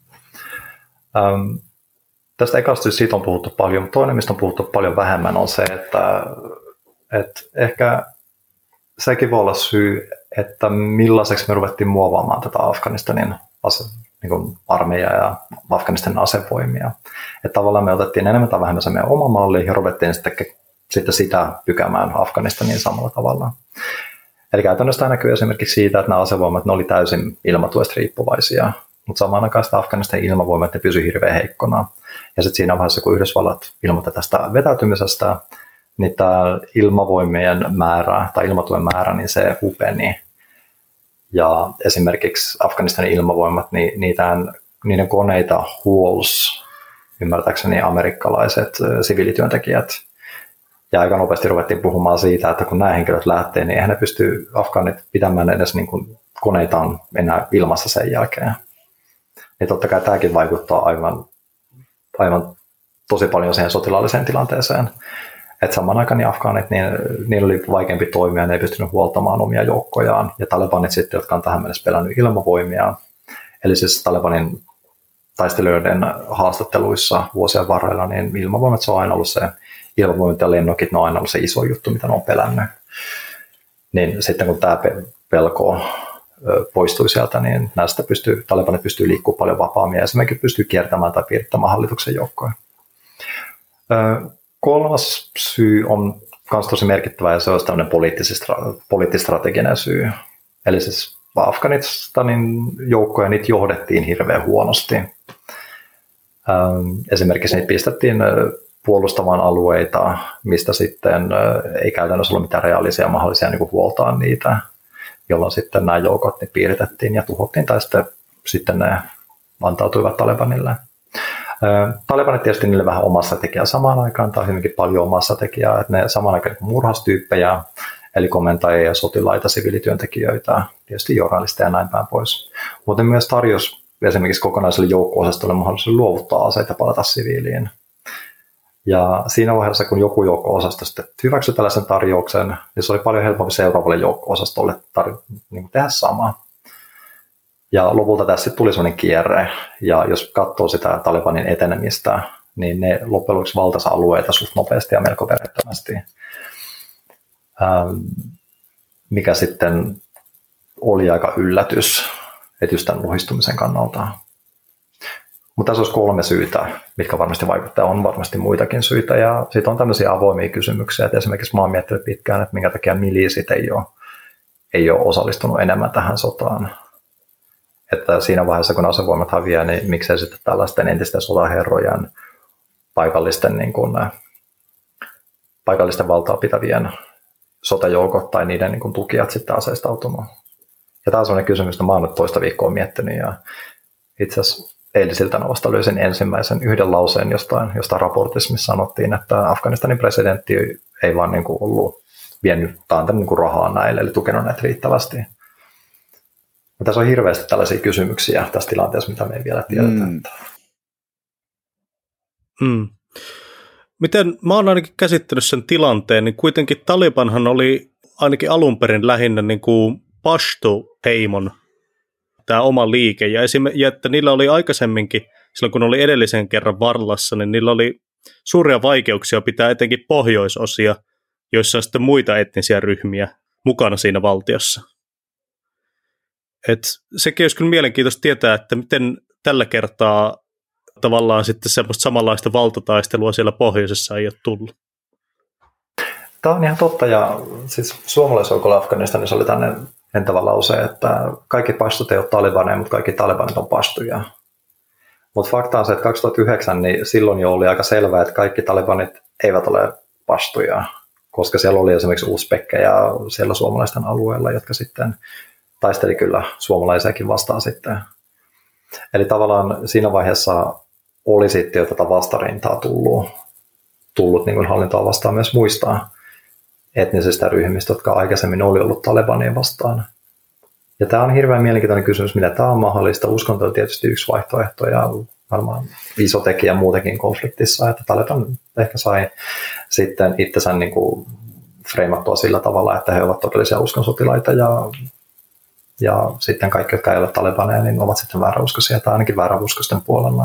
Speaker 3: Ähm, tästä ekasta siitä on puhuttu paljon, mutta toinen, mistä on puhuttu paljon vähemmän, on se, että, että ehkä sekin voi olla syy, että millaiseksi me ruvettiin muovaamaan tätä Afganistanin ase, niin kuin armeijaa ja Afganistanin asevoimia. Että tavallaan me otettiin enemmän tai vähemmän se meidän oma malli ja ruvettiin sitten, sitten sitä pykäämään Afganistaniin samalla tavalla. Eli käytännössä tämä näkyy esimerkiksi siitä, että nämä asevoimat ne oli täysin ilmatuesta riippuvaisia, mutta samaan aikaan sitä Afganistanin ilmavoimat ne pysyi hirveän heikkona. Ja sitten siinä vaiheessa, kun Yhdysvallat ilmoitti tästä vetäytymisestä, niin tämä ilmavoimien määrä tai ilmatuen määrä, niin se upeni. Ja esimerkiksi Afganistanin ilmavoimat, niin niitään, niiden koneita huolsi ymmärtääkseni amerikkalaiset siviilityöntekijät. Ja aika nopeasti ruvettiin puhumaan siitä, että kun nämä henkilöt lähtee, niin eihän ne pysty afgaanit pitämään edes niin kuin koneitaan enää ilmassa sen jälkeen. Ja totta kai tämäkin vaikuttaa aivan, aivan tosi paljon siihen sotilaalliseen tilanteeseen. Että samaan aikaan niin afgaanit, niin niillä oli vaikeampi toimia, ne ei pystynyt huoltamaan omia joukkojaan. Ja talebanit sitten, jotka on tähän mennessä pelännyt ilmavoimia. Eli siis Talebanin taistelijoiden haastatteluissa vuosien varrella, niin ilmavoimat se on aina ollut se, ilmavoimat ja lennokit, ne on aina ollut se iso juttu, mitä ne on pelännyt. Niin sitten kun tämä pelko poistui sieltä, niin näistä pystyy, Talebanit pystyy liikkumaan paljon vapaammin ja esimerkiksi pystyy kiertämään tai piirtämään hallituksen joukkoja. Kolmas syy on myös tosi merkittävä, ja se olisi tämmöinen poliittistrateginen syy. Eli siis Afganistanin joukkoja niitä johdettiin hirveän huonosti. Esimerkiksi niitä pistettiin puolustamaan alueita, mistä sitten ei käytännössä ollut mitään reaalisia mahdollisia niin kuin huoltaa niitä, jolloin sitten nämä joukot niin piiritettiin ja tuhottiin, tai sitten, sitten ne antautuivat Talebanille. Talebanit tietysti niille vähän omassa tekijää samaan aikaan, tai hyvinkin paljon omassa tekijää, että ne samaan aikaan murhastyyppejä, eli komentajia ja sotilaita, siviilityöntekijöitä, tietysti journalisteja ja näin päin pois. Mutta myös tarjosi esimerkiksi kokonaiselle joukko-osastolle mahdollisuus luovuttaa aseita ja palata siviiliin. Ja siinä vaiheessa, kun joku joukko-osasto sitten hyväksyi tällaisen tarjouksen, niin se oli paljon helpompi seuraavalle joukko-osastolle tar- niin tehdä samaa. Ja lopulta tässä tuli sellainen kierre, ja jos katsoo sitä Talibanin etenemistä, niin ne loppujen lopuksi valtasi alueita suht nopeasti ja melko verettömästi, ähm, mikä sitten oli aika yllätys, että just tämän luhistumisen kannalta. Mutta tässä olisi kolme syytä, mitkä varmasti vaikuttaa. On varmasti muitakin syitä, ja sitten on tämmöisiä avoimia kysymyksiä, että esimerkiksi mä oon miettinyt pitkään, että minkä takia miliisit ei ole, ei ole osallistunut enemmän tähän sotaan. Että siinä vaiheessa, kun asevoimat häviää, niin miksei sitten tällaisten entisten sotaherrojen paikallisten, niin kuin, paikallisten valtaa pitävien sotajoukot tai niiden niin kuin, tukijat sitten aseistautunut. Ja tämä on sellainen kysymys, että mä oon nyt toista viikkoa miettinyt, ja itse asiassa eilisiltä vasta löysin ensimmäisen yhden lauseen jostain, jostain raportissa, missä sanottiin, että Afganistanin presidentti ei vaan niin kuin, ollut vienyt tai niin kuin, rahaa näille, eli tukenut näitä riittävästi. Mutta tässä on hirveästi tällaisia kysymyksiä tässä tilanteessa, mitä me ei vielä tiedetä. Mm.
Speaker 1: Mm. Miten mä oon ainakin käsittänyt sen tilanteen, niin kuitenkin Talibanhan oli ainakin alun perin lähinnä niin kuin Pashto-heimon tämä oma liike, ja, esim- ja että niillä oli aikaisemminkin, silloin kun oli edellisen kerran vallassa, niin niillä oli suuria vaikeuksia pitää etenkin pohjoisosia, joissa on sitten muita etnisiä ryhmiä mukana siinä valtiossa. Et sekin olisi kyllä mielenkiintoista tietää, että miten tällä kertaa tavallaan sitten semmoista samanlaista valtataistelua siellä pohjoisessa ei ole tullut.
Speaker 3: Tämä on ihan totta, ja siis suomalaisjoukolla Afganistanissa oli tämmöinen entävä lause, että kaikki pastot ei ole talibaneja, mutta kaikki talibanit on pastuja. Mutta fakta on se, että kaksituhattayhdeksän niin silloin jo oli aika selvää, että kaikki talibanit eivät ole pastuja, koska siellä oli esimerkiksi uzbekkeja siellä suomalaisten alueella, jotka sitten taisteli kyllä suomalaisiakin vastaan sitten. Eli tavallaan siinä vaiheessa oli sitten jo tätä vastarintaa tullut, tullut niin kuin hallintoa vastaan myös muista etnisistä ryhmistä, jotka aikaisemmin oli ollut Talebania vastaan. Ja tämä on hirveän mielenkiintoinen kysymys, mitä tämä on mahdollista. Uskonto on tietysti yksi vaihtoehto ja varmaan iso tekijä muutenkin konfliktissa, että Taleban ehkä sai sitten itsensä niin kuin freimattua sillä tavalla, että he ovat todellisia uskonsotilaita ja Ja sitten kaikki, jotka eivät ole talibaneja, niin ovat sitten vääräuskoisia tai ainakin vääräuskoisten puolella.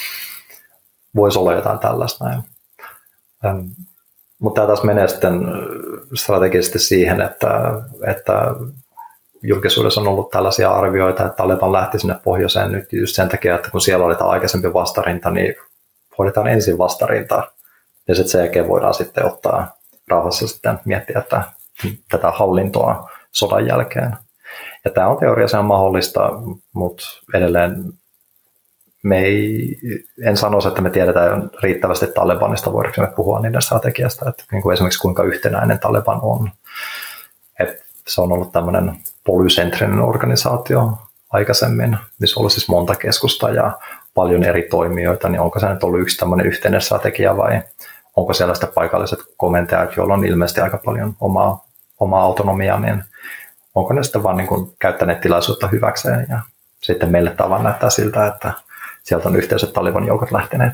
Speaker 3: Voisi olla jotain tällaista näin. Ähm, mutta tämä taas menee sitten strategisesti siihen, että, että julkisuudessa on ollut tällaisia arvioita, että Taliban lähti sinne pohjoiseen nyt just sen takia, että kun siellä oli tämä aikaisempi vastarinta, niin hoidetaan ensin vastarinta ja sitten sen jälkeen voidaan sitten ottaa rauhassa sitten miettiä että tätä hallintoa sodan jälkeen. Ja tämä on teoriassa mahdollista, mutta edelleen me ei, en sanoisi, että me tiedetään riittävästi Talebanista, voidaanko me puhua niiden strategiasta, että niin kuin esimerkiksi kuinka yhtenäinen Taleban on. Et se on ollut tämmöinen polycentrinen organisaatio aikaisemmin, missä on ollut siis monta keskusta ja paljon eri toimijoita, niin onko se nyt ollut yksi tämmöinen yhteinen strategia vai onko siellä sitten paikalliset komentajat, joilla on ilmeisesti aika paljon omaa, omaa autonomiaa, niin onko ne sitten vaan niin kuin käyttäneet tilaisuutta hyväkseen ja sitten meille tavan näyttää siltä, että sieltä on yhteiset Taliban joukot lähteneet.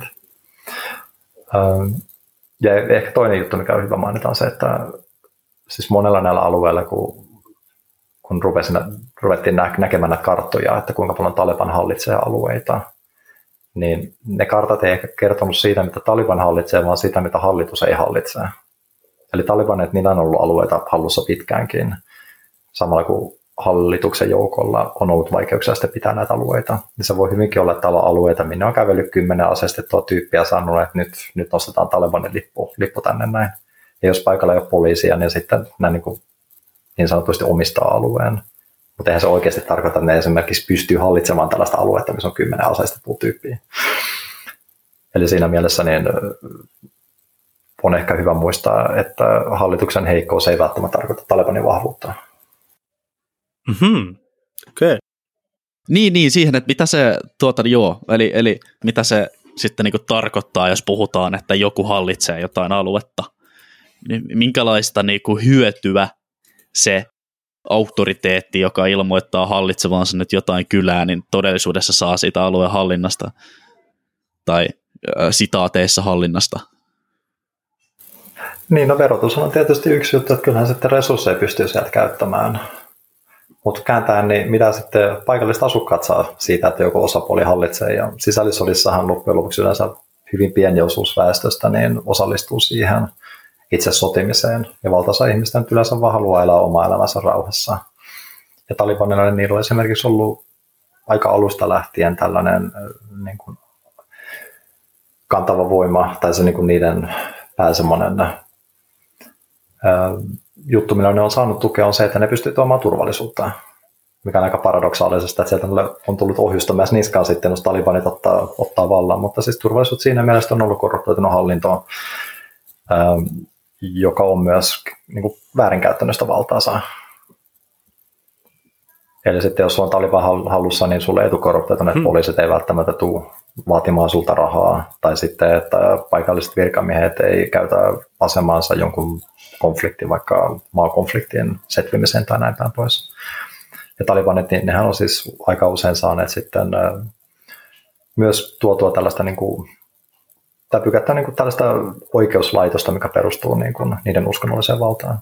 Speaker 3: Ja ehkä toinen juttu, mikä on hyvä mainita, on se, että siis monella näillä alueilla, kun, kun rupesin, ruvettiin nä- näkemään näitä karttoja, että kuinka paljon Taliban hallitsee alueita, niin ne kartat ei ehkä kertonut siitä, mitä Taliban hallitsee, vaan siitä, mitä hallitus ei hallitse. Eli Talibanit, niillä on ollut alueita hallussa pitkäänkin, samalla kuin hallituksen joukolla on ollut vaikeuksia sitten pitää näitä alueita. Niin se voi hyvinkin olla, että täällä on alueita, minne on kävellyt kymmenen aseistettua tyyppiä ja sanonut, että nyt, nyt nostetaan Talibanin lippu, lippu tänne näin. Ja jos paikalla ei ole poliisia, niin sitten nämä niin, kuin, niin sanotusti omistaa alueen. Mutta eihän se oikeasti tarkoita, että ne esimerkiksi pystyy hallitsemaan tällaista aluetta, missä on kymmenen aseistettua tyyppiä. Eli siinä mielessä niin on ehkä hyvä muistaa, että hallituksen heikkous ei välttämättä tarkoita Talebanin vahvuutta.
Speaker 1: Mm-hmm. Okei. Okay.
Speaker 2: Niin, niin, siihen, että mitä se, tuota, joo, eli, eli mitä se sitten niin kuin tarkoittaa, jos puhutaan, että joku hallitsee jotain aluetta. Niin minkälaista niin kuin hyötyä se auktoriteetti, joka ilmoittaa hallitsevansa nyt jotain kylää, niin todellisuudessa saa siitä alueen hallinnasta tai äh, sitaateissa hallinnasta.
Speaker 3: Niin, no verotus on tietysti yksi juttu, että kyllähän sitten resursseja pystyy sieltä käyttämään. Mutta kääntäen, niin mitä sitten paikalliset asukkaat saa siitä, että joku osapuoli hallitsee. Ja sisällissodissahan loppujen lopuksi yleensä hyvin pieni osuus väestöstä niin osallistuu siihen itse sotimiseen. Ja valtaosa ihmistä nyt yleensä vaan haluaa elää omaa elämänsä rauhassa. Ja Talibanilla niillä on esimerkiksi ollut aika alusta lähtien tällainen niin kuin kantava voima, tai se niin kuin niiden pääsemmoinen juttu, millä ne on saanut tukea, on se, että ne pystyy tuomaan turvallisuutta, mikä on aika paradoksaalista, että sieltä on tullut ohjusta myös niskaan sitten, jos talibanit ottaa, ottaa vallan, mutta siis turvallisuus siinä mielessä on ollut korruptoitunut hallintoon, joka on myös niin kuin väärinkäyttänyt sitä valtaansa. Eli sitten jos on Taliban hallussa, niin sulle etukorruptoituneet hmm. poliisit ei välttämättä tule vaatimaan sulta rahaa, tai sitten, että paikalliset virkamiehet ei käytä asemaansa jonkun konfliktin, vaikka maakonfliktien setvimiseen tai näin päin pois. Ja Talibanit, niin nehän on siis aika usein saaneet sitten myös tuotua tällaista, niin kuin, tai pykättää niin kuin tällaista oikeuslaitosta, mikä perustuu niin kuin niiden uskonnolliseen valtaan.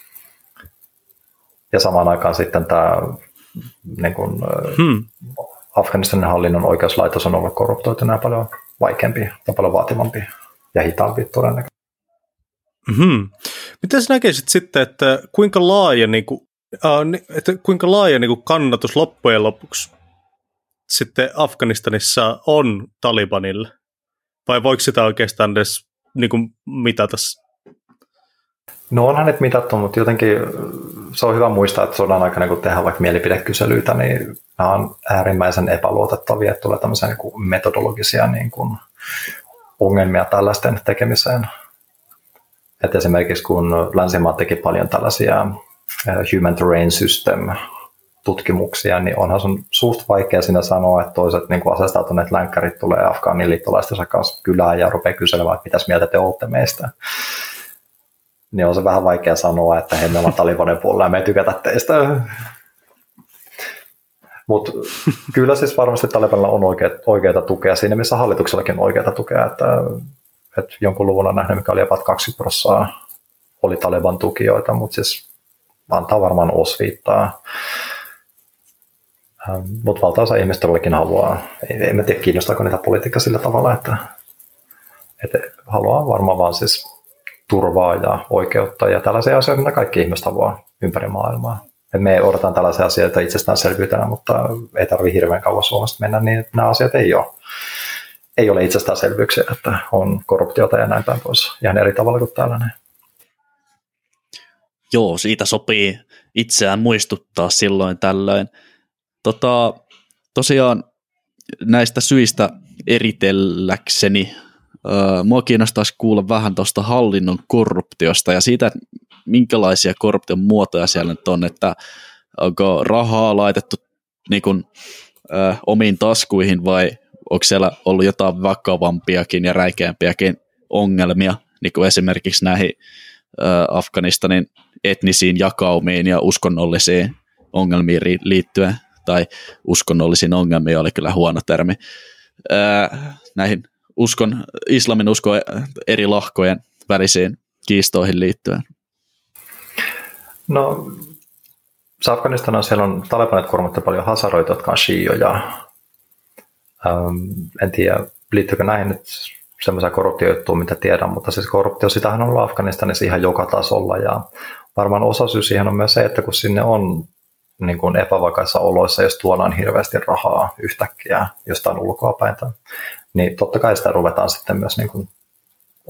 Speaker 3: Ja samaan aikaan sitten tämä niin kuin, hmm. Afganistanin hallinnon oikeuslaitos on ollut korruptoitunut paljon vaikeampi ja paljon vaativampi ja hitaampi todennäköisesti.
Speaker 1: Mm-hmm. Miten sä näkisit sitten, että kuinka laaja, niin kuin, äh, että kuinka laaja niin kuin kannatus loppujen lopuksi sitten Afganistanissa on Talibanille? Vai voiko sitä oikeastaan edes niin kuin mitata?
Speaker 3: No onhan nyt mitattu, mutta jotenkin se on hyvä muistaa, että sodan aikana kun tehdään vaikka mielipidekyselyitä, niin nämä on äärimmäisen epäluotettavia, että tulee tämmöisiä niin kuin metodologisia niin kuin ongelmia tällaisten tekemiseen. Et esimerkiksi kun länsimaat teki paljon tällaisia human terrain system tutkimuksia, niin onhan sun suht vaikea siinä sanoa, että toiset niin kuin asestautuneet länkkärit tulee Afgaanin liittolaistensa kanssa kylään ja rupeaa kyselemään, että mitäs mieltä te olette meistä. Niin on se vähän vaikea sanoa, että hei, me ollaan Talibanin puolella ja me ei tykätä teistä. Mutta kyllä siis varmasti Talibanilla on oikea, oikeita tukea siinä, missä hallituksellakin on oikeita tukea, että, että jonkun luvun on nähnyt, mikä oli jopa kaksikymmentä prosenttia oli Taliban tukijoita, mutta siis antaa varmaan osviittaa. Mutta valtaosa ihmistä todellakin haluaa, ei, en tiedä kiinnostaako niitä politiikka sillä tavalla, että, että haluaa varmaan vaan siis turvaa ja oikeutta ja tällaisia asioita, mitä kaikki ihmiset haluaa ympäri maailmaa. Et me odotetaan tällaisia asioita itsestäänselvyytenä, mutta ei tarvitse hirveän kauan Suomesta mennä, niin nämä asiat ei ole, ei ole itsestäänselvyyksiä, että on korruptiota ja näin päin pois ihan eri tavalla kuin tällainen.
Speaker 2: Joo, siitä sopii itseään muistuttaa silloin tällöin. Tota, tosiaan näistä syistä eritelläkseni öö, mua kiinnostaisi kuulla vähän tuosta hallinnon korruptiosta ja siitä, että minkälaisia korruption muotoja siellä nyt on, että onko rahaa laitettu niin kuin, ö, omiin taskuihin vai onko siellä ollut jotain vakavampiakin ja räikeämpiäkin ongelmia, niin kuin esimerkiksi näihin ö, Afganistanin etnisiin jakaumiin ja uskonnollisiin ongelmiin liittyen, tai uskonnollisiin ongelmiin oli kyllä huono termi, ö, näihin uskon, islamin uskon eri lahkojen välisiin kiistoihin liittyen.
Speaker 3: No, Afganistan on, siellä on Talibanit kurmittu paljon hasaroita, jotka on shioja. Ähm, en tiedä, liittyykö näihin nyt semmoisia korruptiojuttuja, mitä tiedän, mutta siis korruptio, sitähän on ollut Afganistanissa ihan joka tasolla. Ja varmaan osa syy siihen on myös se, että kun sinne on niin kuin epävakaissa oloissa, jos tuodaan hirveästi rahaa yhtäkkiä jostain ulkoapäin, niin totta kai sitä ruvetaan sitten myös niin kuin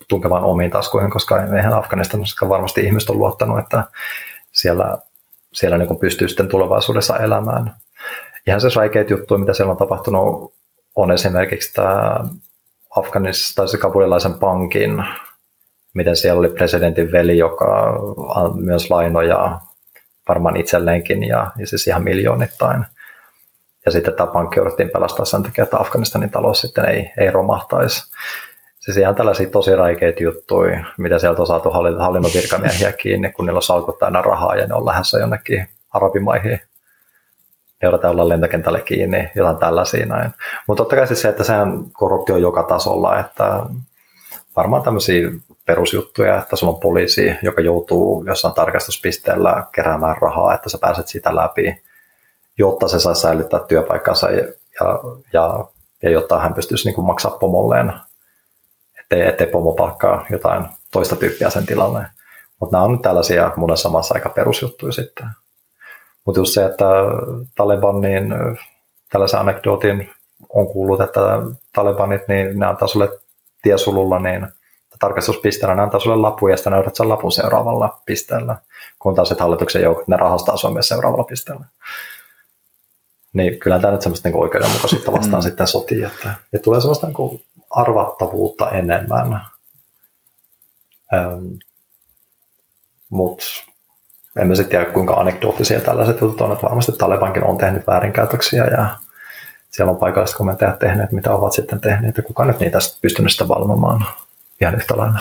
Speaker 3: tunkemaan omiin taskuihin, koska eihän Afganistanissa varmasti ihmiset on luottanut, että siellä, siellä niin kuin pystyy sitten tulevaisuudessa elämään. Ihan se räikeitä juttuja, mitä siellä on tapahtunut, on esimerkiksi tämä Afganistan tai se kabulilaisen pankin, miten siellä oli presidentin veli, joka myös lainoja varmaan itselleenkin ja, ja siis ihan miljoonittain. Ja sitten tämä pankki jouduttiin pelastaa sen takia, että Afganistanin talous sitten ei, ei romahtaisi. Siis ihan tällaisia tosi räikeitä juttuja, mitä sieltä on saatu hallinnon virkamiehiä kiinni, kun niillä on salkut täynnä rahaa ja ne on lähdössä jonnekin arabimaihin. Ne joudutaan olla lentokentälle kiinni, jotain tällaisia näin. Mutta totta kai siis se, että sehän korruptio on joka tasolla, että varmaan tämmöisiä perusjuttuja, että sulla on poliisi, joka joutuu jossain tarkastuspisteellä keräämään rahaa, että sä pääset siitä läpi, jotta se saisi säilyttää työpaikkansa ja, ja, ja, ja jotta hän pystyisi niin kuin maksaa pomolleen, ettei, ettei pomo palkkaa jotain toista tyyppiä sen tilalle. Mutta nämä on nyt tällaisia monessa maassa aika perusjuttuja sitten. Mutta just se, että Taleban, niin tällaisen anekdootin on kuullut, että Talebanit, niin ne antaa sulle tiesululla, niin tarkastuspisteellä ne antaa sulle lapun ja sitten näytät sen lapun seuraavalla pisteellä, kun taas sitten hallituksen joukot, ne rahastaa sua myös seuraavalla pisteellä. Niin kyllä tämä nyt semmoista niin oikeudenmukaisuutta vastaan mm. sitten sotii, että, että tulee semmoista niin arvattavuutta enemmän. Ähm, Mutta en mä sitten tiedä, kuinka anekdoottisia tällaiset jutut on, että varmasti Talebankin on tehnyt väärinkäytöksiä ja siellä on paikalliset komentajat tehneet, mitä ovat sitten tehneet, ja kukaan nyt niitä pystynyt sitä valvomaan ihan yhtä lailla.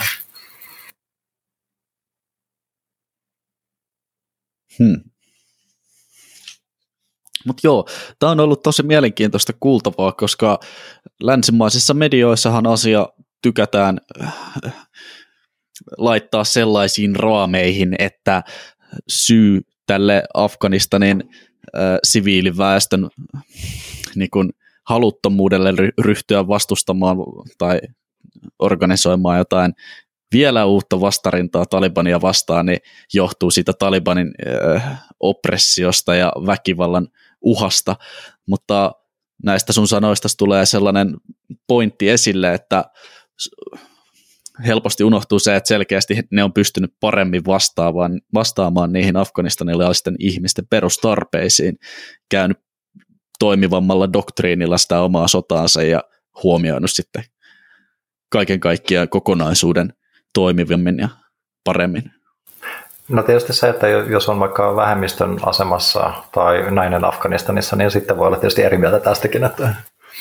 Speaker 2: Hmm. Mutta joo, tämä on ollut tosi mielenkiintoista kuultavaa, koska länsimaisissa medioissahan asia tykätään laittaa sellaisiin raameihin, että syy tälle Afganistanin äh, siviiliväestön niin kun haluttomuudelle ryhtyä vastustamaan tai organisoimaan jotain vielä uutta vastarintaa Talibania vastaan, niin johtuu siitä Talibanin äh, oppressiosta ja väkivallan uhasta, mutta näistä sun sanoista tulee sellainen pointti esille, että helposti unohtuu se, että selkeästi ne on pystynyt paremmin vastaamaan, vastaamaan niihin afganistanilaisten ihmisten perustarpeisiin, käynyt toimivammalla doktriinilla sitä omaa sotaansa ja huomioinut sitten kaiken kaikkiaan kokonaisuuden toimivammin ja paremmin.
Speaker 3: No tietysti se, että jos on vaikka vähemmistön asemassa tai nainen Afganistanissa, niin sitten voi olla tietysti eri mieltä tästäkin, että,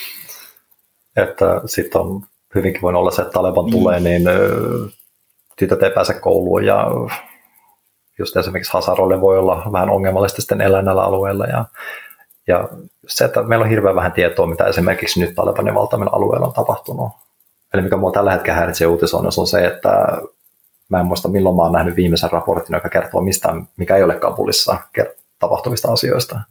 Speaker 3: että sitten on hyvinkin voi olla se, että Taleban mm. tulee, niin tytöt ei pääse kouluun ja just esimerkiksi Hazaroille voi olla vähän ongelmallista sitten elää näillä alueilla. Ja, ja se, että meillä on hirveän vähän tietoa, mitä esimerkiksi nyt Talebanin valtaamilla alueilla on tapahtunut. Eli mikä mua tällä hetkellä häiritsee uutisoinnissa on se, että mä en muista milloin mä oon nähnyt viimeisen raportin, joka kertoo mistään, mikä ei ole Kabulissa tapahtuvista asioista.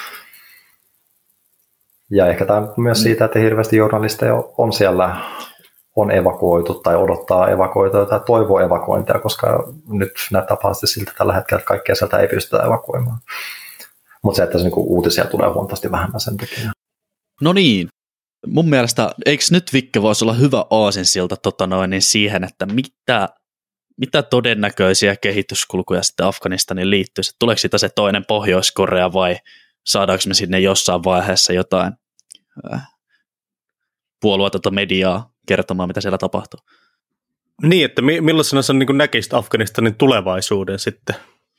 Speaker 3: Ja ehkä tämä myös siitä, että hirveästi journalisteja on siellä, on evakuoitu tai odottaa evakuoitua tai toivoo evakuointia, koska nyt näyttää pahasti siltä tällä hetkellä, että kaikkea sieltä ei pystytä evakuoimaan. Mutta se, että se niinku uutisia tulee huomattavasti vähemmän sen takia.
Speaker 2: No niin, mun mielestä eikö nyt Vikke voisi olla hyvä aasinsilta tota noin, niin siihen, että mitä, mitä todennäköisiä kehityskulkuja sitten Afganistaniin liittyy? Tuleeko siitä se toinen Pohjois-Korea vai saadaanko me sinne jossain vaiheessa jotain äh, puolueetonta mediaa kertomaan, mitä siellä tapahtuu?
Speaker 1: Niin, että mi- millaisena sä niin näkisit Afganistanin tulevaisuuden sitten?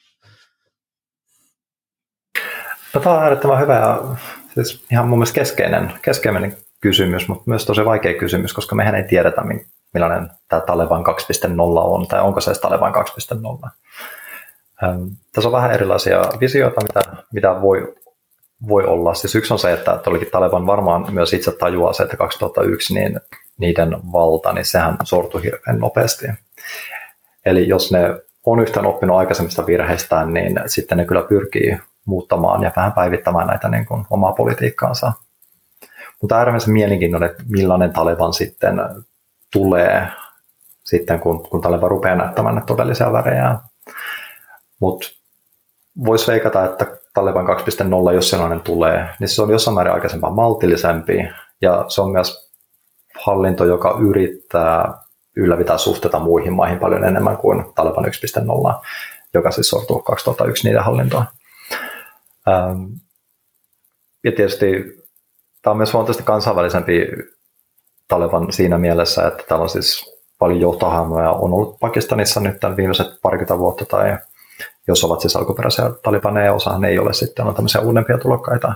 Speaker 3: No, tämä on äärettömän hyvä ja siis ihan mun mielestä keskeinen, keskeinen kysymys, mutta myös tosi vaikea kysymys, koska mehän ei tiedetä, millainen tämä Taleban kaksi piste nolla on, tai onko se edes Taleban kaksi piste nolla. Ähm, tässä on vähän erilaisia visioita, mitä, mitä voi, voi olla. Siis yksi on se, että todellakin Taleban varmaan myös itse tajuaa se, että kaksituhattayksi niin niiden valta, niin sehän sortui hirveän nopeasti. Eli jos ne on yhtään oppinut aikaisemmista virheistään, niin sitten ne kyllä pyrkii muuttamaan ja vähän päivittämään näitä niin kuin omaa politiikkaansa. Mutta äärimmäisen mielenkiintoinen, että millainen Taleban sitten tulee, sitten kun, kun Taleban rupeaa näyttämään todellisia värejä. Mutta voisi veikata, että Taleban kaksi piste nolla, jos sellainen tulee, niin se on jossain määrin aikaisempaa maltillisempi, ja se on myös hallinto, joka yrittää ylläpitää suhteita muihin maihin paljon enemmän kuin Taliban yksi piste nolla, joka siis sortui kaksituhattayksi niiden hallintoon. Ähm, ja tietysti tämä on myös huomattavasti kansainvälisempi Taliban siinä mielessä, että täällä on siis paljon johtohahmoja on ollut Pakistanissa nyt tämän viimeiset parikymmentä vuotta, tai jos ovat siis alkuperäisiä talibaneja, osahan ei ole sitten, on tämmöisiä uudempia tulokkaita.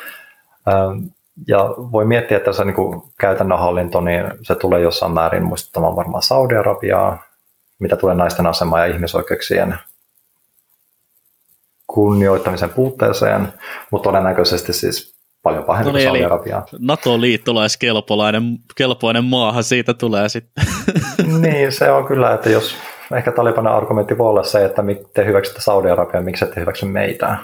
Speaker 3: Ja voi miettiä, että se niin kuin käytännön hallinto, niin se tulee jossain määrin muistuttamaan varmaan Saudi-Arabiaa, mitä tulee naisten asemaan ja ihmisoikeuksien kunnioittamisen puutteeseen, mutta todennäköisesti siis paljon pahempi kuin Saudi-Arabiaa.
Speaker 2: NATO-liittolaiskelpoinen kelpoinen maahan siitä tulee sitten.
Speaker 3: Niin, se on kyllä, että jos ehkä Talibanin argumentti voi olla se, että te hyväksytte Saudi-Arabiaa, miksi ette hyväksy meitä.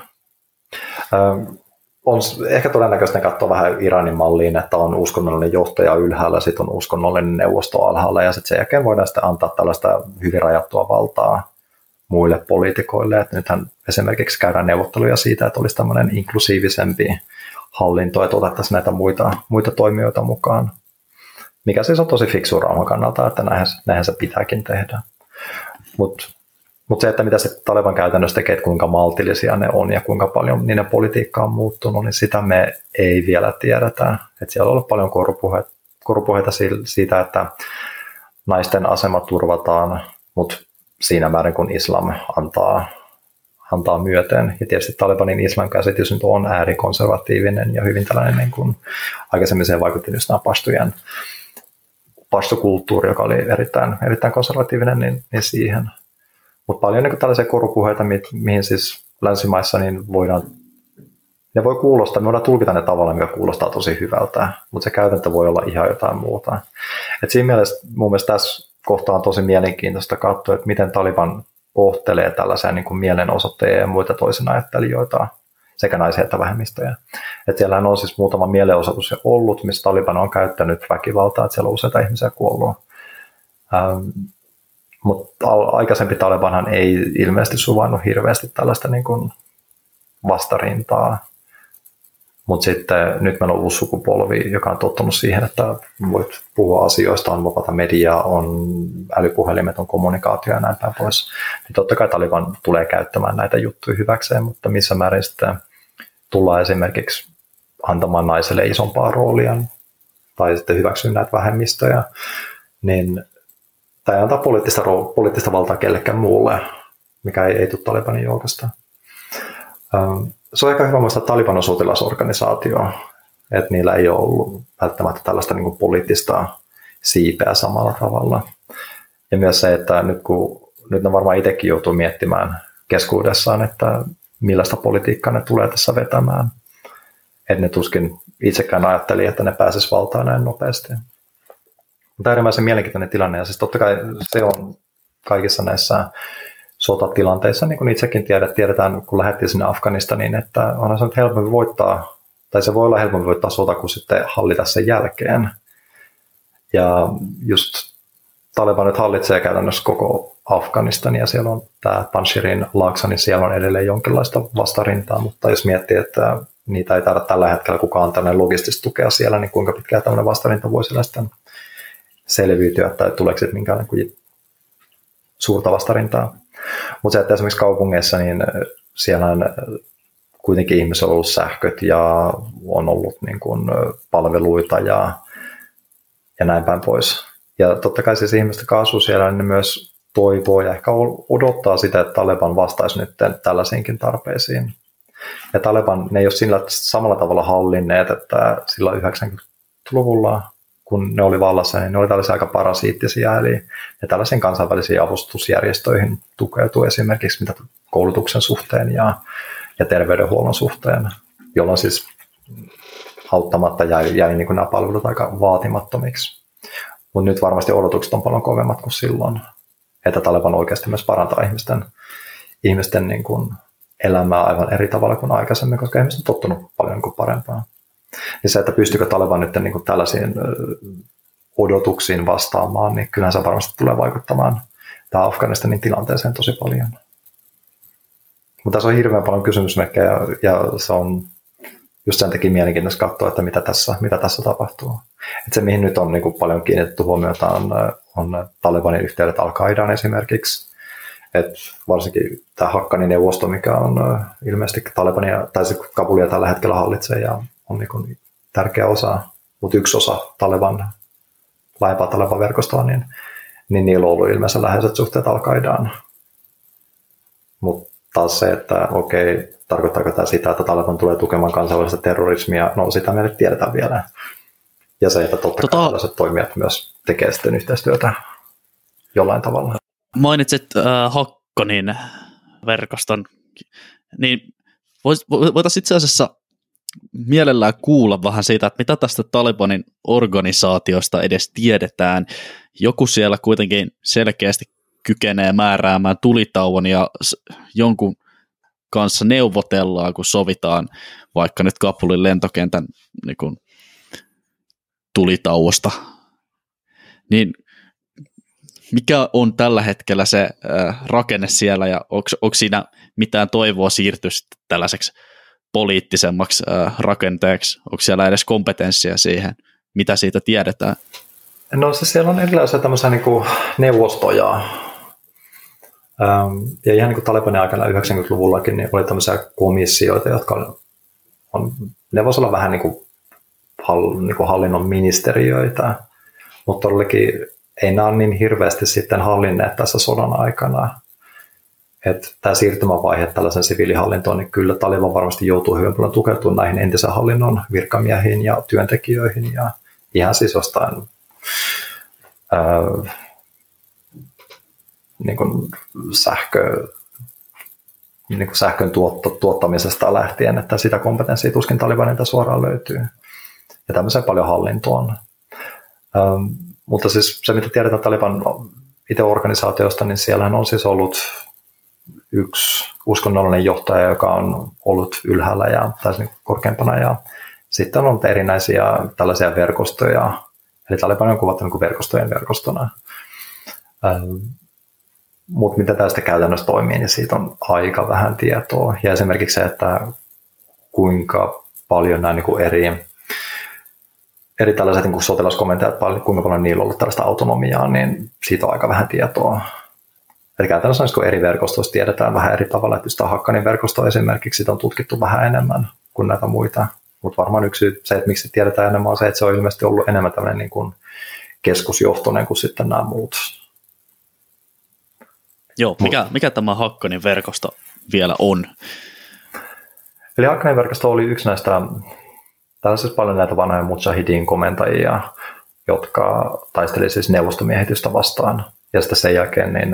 Speaker 3: On ehkä todennäköisesti katsoa vähän Iranin malliin, että on uskonnollinen johtaja ylhäällä, sitten on uskonnollinen neuvosto alhaalla, ja sitten sen jälkeen voidaan sitten antaa tällaista hyvin rajattua valtaa muille poliitikoille. Että nythän esimerkiksi käydään neuvotteluja siitä, että olisi tämmöinen inklusiivisempi hallinto, että otettaisiin näitä muita, muita toimijoita mukaan, mikä siis on tosi fiksu rauhan kannalta, että näinhän, näinhän se pitääkin tehdä. Mutta mut se, että mitä se Taliban käytännössä tekee, että kuinka maltillisia ne on ja kuinka paljon niiden politiikka on muuttunut, niin sitä me ei vielä tiedetä. Että siellä on ollut paljon korupuheita, korupuheita siitä, että naisten asema turvataan, mutta siinä määrin kun islam antaa antaa myöten. Ja tietysti Talibanin islam käsitys nyt on äärikonservatiivinen ja hyvin tällainen, niin kuin aikaisemmin se vaikutti just nämä pastujen pastokulttuuri, joka oli erittäin, erittäin konservatiivinen, niin, niin siihen. Mutta paljon niin tällaisia korupuheita, mi- mihin siis länsimaissa niin voidaan, ne voi kuulostaa, me voidaan tulkita ne tavalla, mikä kuulostaa tosi hyvältä, mutta se käytäntö voi olla ihan jotain muuta. Et siinä mielessä mun mielestä tässä kohtaa on tosi mielenkiintoista katsoa, että miten Taliban kohtelee tällaisia niin kuin mielenosoittajia ja muita toisen ajattelijoita, sekä naisia että vähemmistöjä. Et siellähän on siis muutama mielenosoitus jo ollut, missä Taliban on käyttänyt väkivaltaa, että siellä on useita ihmisiä kuollut. Ähm, mutta aikaisempi Talibanhan ei ilmeisesti suvainnut hirveästi tällaista niin kuin vastarintaa. Mutta sitten nyt meillä on uusi sukupolvi, joka on tottunut siihen, että voit puhua asioista, on vapaata mediaa, on älypuhelimet, on kommunikaatio ja näin päin pois. Niin totta kai Taliban tulee käyttämään näitä juttuja hyväkseen, mutta missä määrin sitten tullaan esimerkiksi antamaan naiselle isompaa roolia tai sitten hyväksyä näitä vähemmistöjä, niin tämä ei antaa poliittista, poliittista valtaa kellekään muulle, mikä ei, ei tule Talibanin joukosta. Se on aika hyvä muistaa, että Taliban on sotilasorganisaatio, että niillä ei ole ollut välttämättä tällaista niin kuin poliittista siipeä samalla tavalla. Ja myös se, että nyt, kun, nyt ne varmaan itsekin joutuu miettimään keskuudessaan, että millaista politiikkaa ne tulee tässä vetämään. Että ne tuskin itsekään ajatteli, että ne pääsisi valtaan näin nopeasti. Mutta äärimmäisen mielenkiintoinen tilanne, ja siis totta kai se on kaikissa näissä sotatilanteissa, niin kuin itsekin tiedät, tiedetään, kun lähdettiin sinne Afganistaniin, että onhan se nyt helpompi voittaa, tai se voi olla helpompi voittaa sota kuin sitten hallita sen jälkeen. Ja just Taliban nyt hallitsee käytännössä koko Afganistania, siellä on tämä Panjshirin laakso, niin siellä on edelleen jonkinlaista vastarintaa, mutta jos miettii, että niitä ei taida tällä hetkellä kukaan antaa logistista tukea siellä, niin kuinka pitkään tämmöinen vastarinta voi siellä sitten selviytyä, tai tuleeko sitten minkään suurta vastarintaa. Mutta se, että esimerkiksi kaupungeissa, niin siellä on kuitenkin ihmisillä on ollut sähköt ja on ollut niin kuin palveluita ja, ja näin päin pois. Ja totta kai siis ihmiset, jotka asuu siellä, niin ne myös toivoo ja ehkä odottaa sitä, että Taliban vastaisi nyt tällaisiinkin tarpeisiin. Ja Taliban, ne ei ole sillä samalla tavalla hallinneet, että silloin yhdeksänkymmentäluvulla, kun ne oli vallassa, niin ne oli tällaisia aika parasiittisia, eli ne tällaisiin kansainvälisiin avustusjärjestöihin tukeutui esimerkiksi mitä koulutuksen suhteen ja, ja terveydenhuollon suhteen, jolloin siis auttamatta jäi, jäi niin kuin nämä palvelut aika vaatimattomiksi. Mutta nyt varmasti odotukset on paljon kovemmat kuin silloin, että Taliban oikeasti myös parantaa ihmisten, ihmisten niin kuin elämää aivan eri tavalla kuin aikaisemmin, koska ihmiset on tottunut paljon niin kuin parempaan. Ja se, että pystyykö Taliban nyt niin kuin tällaisiin odotuksiin vastaamaan, niin kyllähän se varmasti tulee vaikuttamaan tähän Afganistanin tilanteeseen tosi paljon. Mutta tässä on hirveän paljon kysymysmerkkejä, ja se on just sen takia mielenkiintoista katsoa, että mitä tässä, mitä tässä tapahtuu. Et se, mihin nyt on niin kuin paljon kiinnitetty huomiota, on, on Talibanin yhteydet Al-Qaidaan esimerkiksi. Et varsinkin tämä Haqqanin neuvosto, mikä on ilmeisesti Talibania, tai se Kabulia tällä hetkellä hallitsee ja on niin kuin tärkeä osa, mutta yksi osa Taliban, laajempaa Taliban-verkostoa, niin, niin niillä on ollut ilmeisesti läheiset suhteet Al-Qaidaan. Mutta taas se, että okei, tarkoittaako tämä sitä, että Taliban tulee tukemaan kansainvälistä terrorismia, no sitä me nyt tiedetään vielä. Ja se, että totta tota... kai tällaiset toimijat myös tekee sitten yhteistyötä jollain tavalla.
Speaker 2: Mainitsit äh, Haqqanin verkoston, niin voitaisiin itse asiassa mielellään kuulla vähän siitä, että mitä tästä Talibanin organisaatiosta edes tiedetään. Joku siellä kuitenkin selkeästi kykenee määräämään tulitauon ja jonkun kanssa neuvotellaan, kun sovitaan vaikka nyt Kabulin lentokentän niin kuin, tulitauosta. Niin mikä on tällä hetkellä se äh, rakenne siellä ja onko siinä mitään toivoa siirtyä tällaiseksi poliittisemmaksi äh, rakenteeksi? Onko siellä edes kompetenssia siihen, mitä siitä tiedetään?
Speaker 3: No se siellä on erilaisia tämmöisiä niin kuin neuvostoja. Ähm, ja ihan niin kuin Talibanin aikana yhdeksänkymmentäluvullakin niin oli tämmöisiä komissioita, jotka on, on ne voisi olla vähän niin kuin, hall, niin kuin hallinnon ministeriöitä, mutta todellakin ei nämä ole niin hirveästi sitten hallinneet tässä sodan aikana. Että tämä siirtymävaihe tällaisen siviilihallintoon, niin kyllä Taliban varmasti joutuu hyvin paljon tukeutumaan näihin entisen hallinnon virkamiehiin ja työntekijöihin ja ihan siis jostain ää, niin kuin sähkö, niin kuin sähkön tuotto, tuottamisesta lähtien, että sitä kompetenssia tuskin Talibanilta suoraan löytyy. Ja tämmöiseen paljon hallintoon. Ähm, mutta siis se, mitä tiedetään Taliban itse organisaatiosta, niin siellähän on siis ollut yksi uskonnollinen johtaja, joka on ollut ylhäällä ja tai korkeampana. Ja sitten on ollut erinäisiä tällaisia verkostoja, eli Taliban on kuvattu niin kuin verkostojen verkostona. Ähm, mutta miten tästä käytännössä toimii, niin siitä on aika vähän tietoa. Ja esimerkiksi se, että kuinka paljon nämä niin kuin eri, eri tällaiset niin kuin sotilaskomentajat, kuinka paljon niillä on ollut tällaista autonomiaa, niin siitä on aika vähän tietoa. Eli käytännössä kun eri verkostoista tiedetään vähän eri tavalla, että sitä Haqqanin verkostoa esimerkiksi sitä on tutkittu vähän enemmän kuin näitä muita. Mutta varmaan yksi syy, se, että miksi tiedetään enemmän, on se, että se on ilmeisesti ollut enemmän tämmöinen niin kuin keskusjohtoinen kuin sitten nämä muut.
Speaker 2: Joo, mikä, mikä tämä Haqqanin verkosto vielä on?
Speaker 3: Eli Haqqanin verkosto oli yksi näistä, tällaisissa paljon näitä vanhoja mujahidin komentajia, jotka taisteli siis neuvostomiehitystä vastaan. Ja sitten sen jälkeen niin,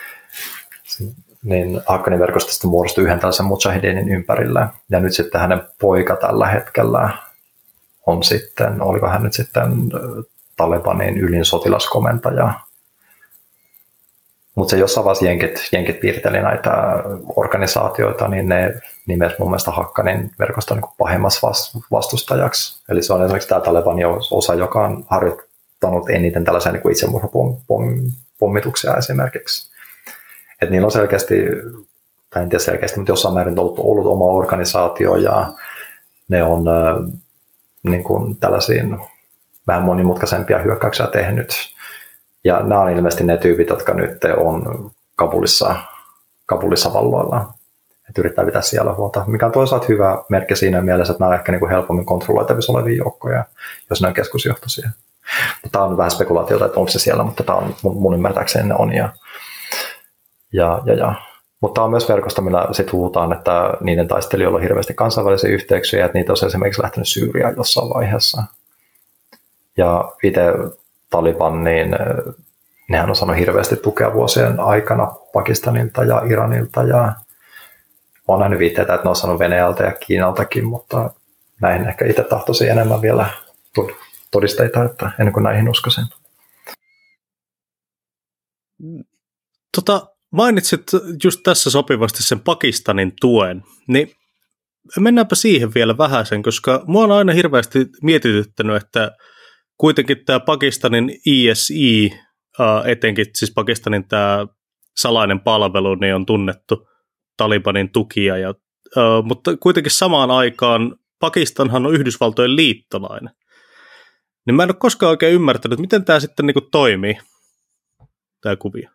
Speaker 3: niin Haqqanin verkostosta muodostui yhden tällaisen mujahidinin ympärille. Ja nyt sitten hänen poika tällä hetkellä on sitten, oliko hän nyt sitten Talibanin ylin sotilaskomentaja. Mutta se jossain vaiheessa jenkit, jenkit piirteli näitä organisaatioita, niin ne nimesi mun mielestä Haqqanin verkoston niin pahimmassa vastustajaksi. Eli se on esimerkiksi tämä Talibanin osa, joka on harjoittanut eniten tällaisia niin itsemurhapommituksia esimerkiksi. Et niillä on selkeästi, tai en tiedä selkeästi, mutta jossain määrin ollut, ollut oma organisaatio ja ne on äh, niin kuin tällaisiin vähän monimutkaisempia hyökkäyksiä tehnyt. Ja nämä on ilmeisesti ne tyypit, jotka nyt on Kabulissa, Kabulissa valloilla. Että yrittää pitää siellä huolta, mikä on toisaalta hyvä merkki siinä mielessä, että nämä on ehkä niin kuin helpommin kontrolloitavissa olevia joukkoja, jos ne on keskusjohtoisia. Tämä on vähän spekulaatiota, että onko se siellä, mutta tämä on mun ymmärtääkseni ne on. Ja, ja, ja, ja. Mutta tämä on myös verkosto, millä sitten huutaan, että niiden taistelijoilla on hirveästi kansainvälisiä yhteyksiä, että niitä on esimerkiksi lähtenyt Syyriaan jossain vaiheessa. Ja itse Taliban, niin nehän on saanut hirveästi tukea vuosien aikana Pakistanilta ja Iranilta ja olen nähnyt viitteitä, että ne on saanut Venäjältä ja Kiinaltakin, mutta näihin ehkä itse tahtoisin enemmän vielä todisteita, että ennen kuin näihin uskoisin.
Speaker 1: Tota, mainitsit just tässä sopivasti sen Pakistanin tuen, niin mennäänpä siihen vielä vähäsen, koska mua on aina hirveästi mietityttänyt, että kuitenkin tämä Pakistanin I S I, etenkin siis Pakistanin tämä salainen palvelu, niin on tunnettu Talibanin tukia, ja, mutta kuitenkin samaan aikaan Pakistanhan on Yhdysvaltojen liittolainen. Niin mä en ole koskaan oikein ymmärtänyt, miten tämä sitten niin kuin toimii, tämä kuvio.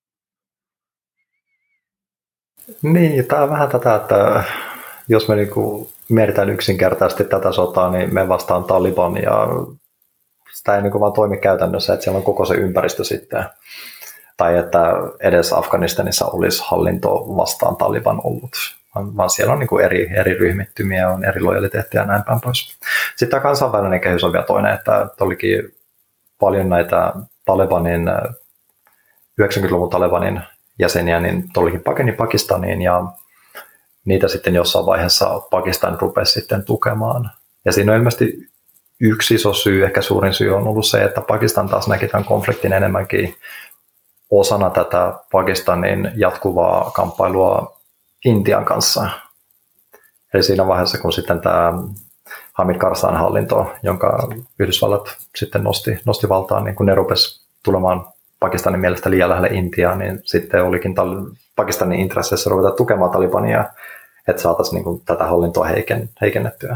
Speaker 3: Niin, tämä on vähän tätä, että jos me niinku mietitään yksinkertaisesti tätä sotaa, niin me vastaan Taliban ja sitä ei niinku vaan toimi käytännössä, että siellä on koko se ympäristö sitten. Tai että edes Afganistanissa olisi hallinto vastaan Taliban ollut, vaan siellä on niinku eri, eri ryhmittymiä, on eri lojaliteettia ja näin päin pois. Sitten tämä kansainvälinen kehys on vielä toinen, että olikin paljon näitä Talibanin, yhdeksänkymmentäluvun Talibanin jäseniä, niin tuollekin pakeni Pakistaniin ja niitä sitten jossain vaiheessa Pakistan rupesi sitten tukemaan. Ja siinä on ilmeisesti yksi iso syy, ehkä suurin syy on ollut se, että Pakistan taas näki tämän konfliktin enemmänkin osana tätä Pakistanin jatkuvaa kamppailua Intian kanssa. Eli siinä vaiheessa, kun sitten tämä Hamid Karzai hallinto, jonka Yhdysvallat sitten nosti, nosti valtaan, niin kun ne rupesi tulemaan Pakistanin mielestä liian lähelle Intiaa, niin sitten olikin tal- Pakistanin intresseissä ruveta tukemaan Talibania, että saataisiin niin kuin tätä hallintoa heiken- heikennettyä.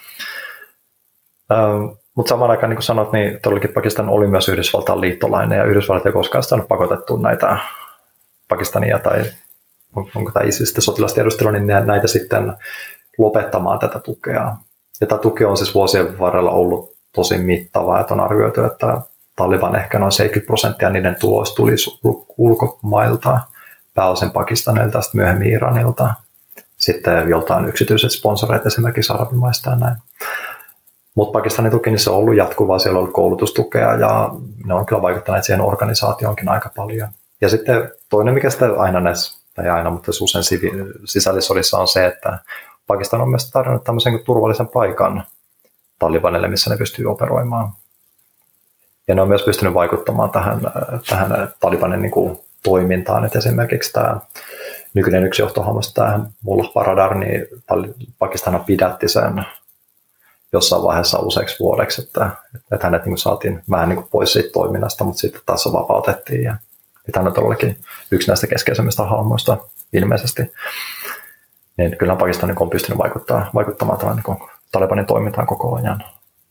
Speaker 3: Ähm, mutta samaan aikaan, niin kuin sanoit, niin todellakin Pakistan oli myös Yhdysvaltain liittolainen, ja Yhdysvallat ei koskaan saanut pakotettua näitä Pakistania, tai on, onko tämä ISIS sitten sotilastiedustelu, niin näitä sitten lopettamaan tätä tukea. Ja tämä tuki on siis vuosien varrella ollut tosi mittava, että on arvioitu, että Taliban ehkä noin seitsemänkymmentä prosenttia niiden tuloista tuli ulkomailta, pääosin Pakistanilta ja myöhemmin Iranilta, sitten joltain yksityiset sponsoreita esimerkiksi arabimaista ja näin. Mutta Pakistanin tuki niin se on ollut jatkuvaa, siellä on ollut koulutustukea ja ne on kyllä vaikuttaneet siihen organisaatioonkin aika paljon. Ja sitten toinen, mikä sitten aina näissä, tai aina, mutta usein sisällissodissa on se, että Pakistan on myös tarjonnut tämmöisen turvallisen paikan Talibanille, missä ne pystyy operoimaan. Ja ne on myös pystynyt vaikuttamaan tähän, tähän Talibanin niin kuin toimintaan. Et esimerkiksi tämä nykyinen yksi johtohahmosta, tämä Mullah Baradar, niin Pakistan pidätti sen jossain vaiheessa useaksi vuodeksi, että, että hänet niin kuin saatiin vähän niin kuin pois siitä toiminnasta, mutta sitten taas vapautettiin. Ja hän on todellakin yksi näistä keskeisemmistä hahmoista ilmeisesti. Niin kyllä Pakistan niin on pystynyt vaikuttaa, vaikuttamaan tämän niin kuin Talibanin toimintaan koko ajan.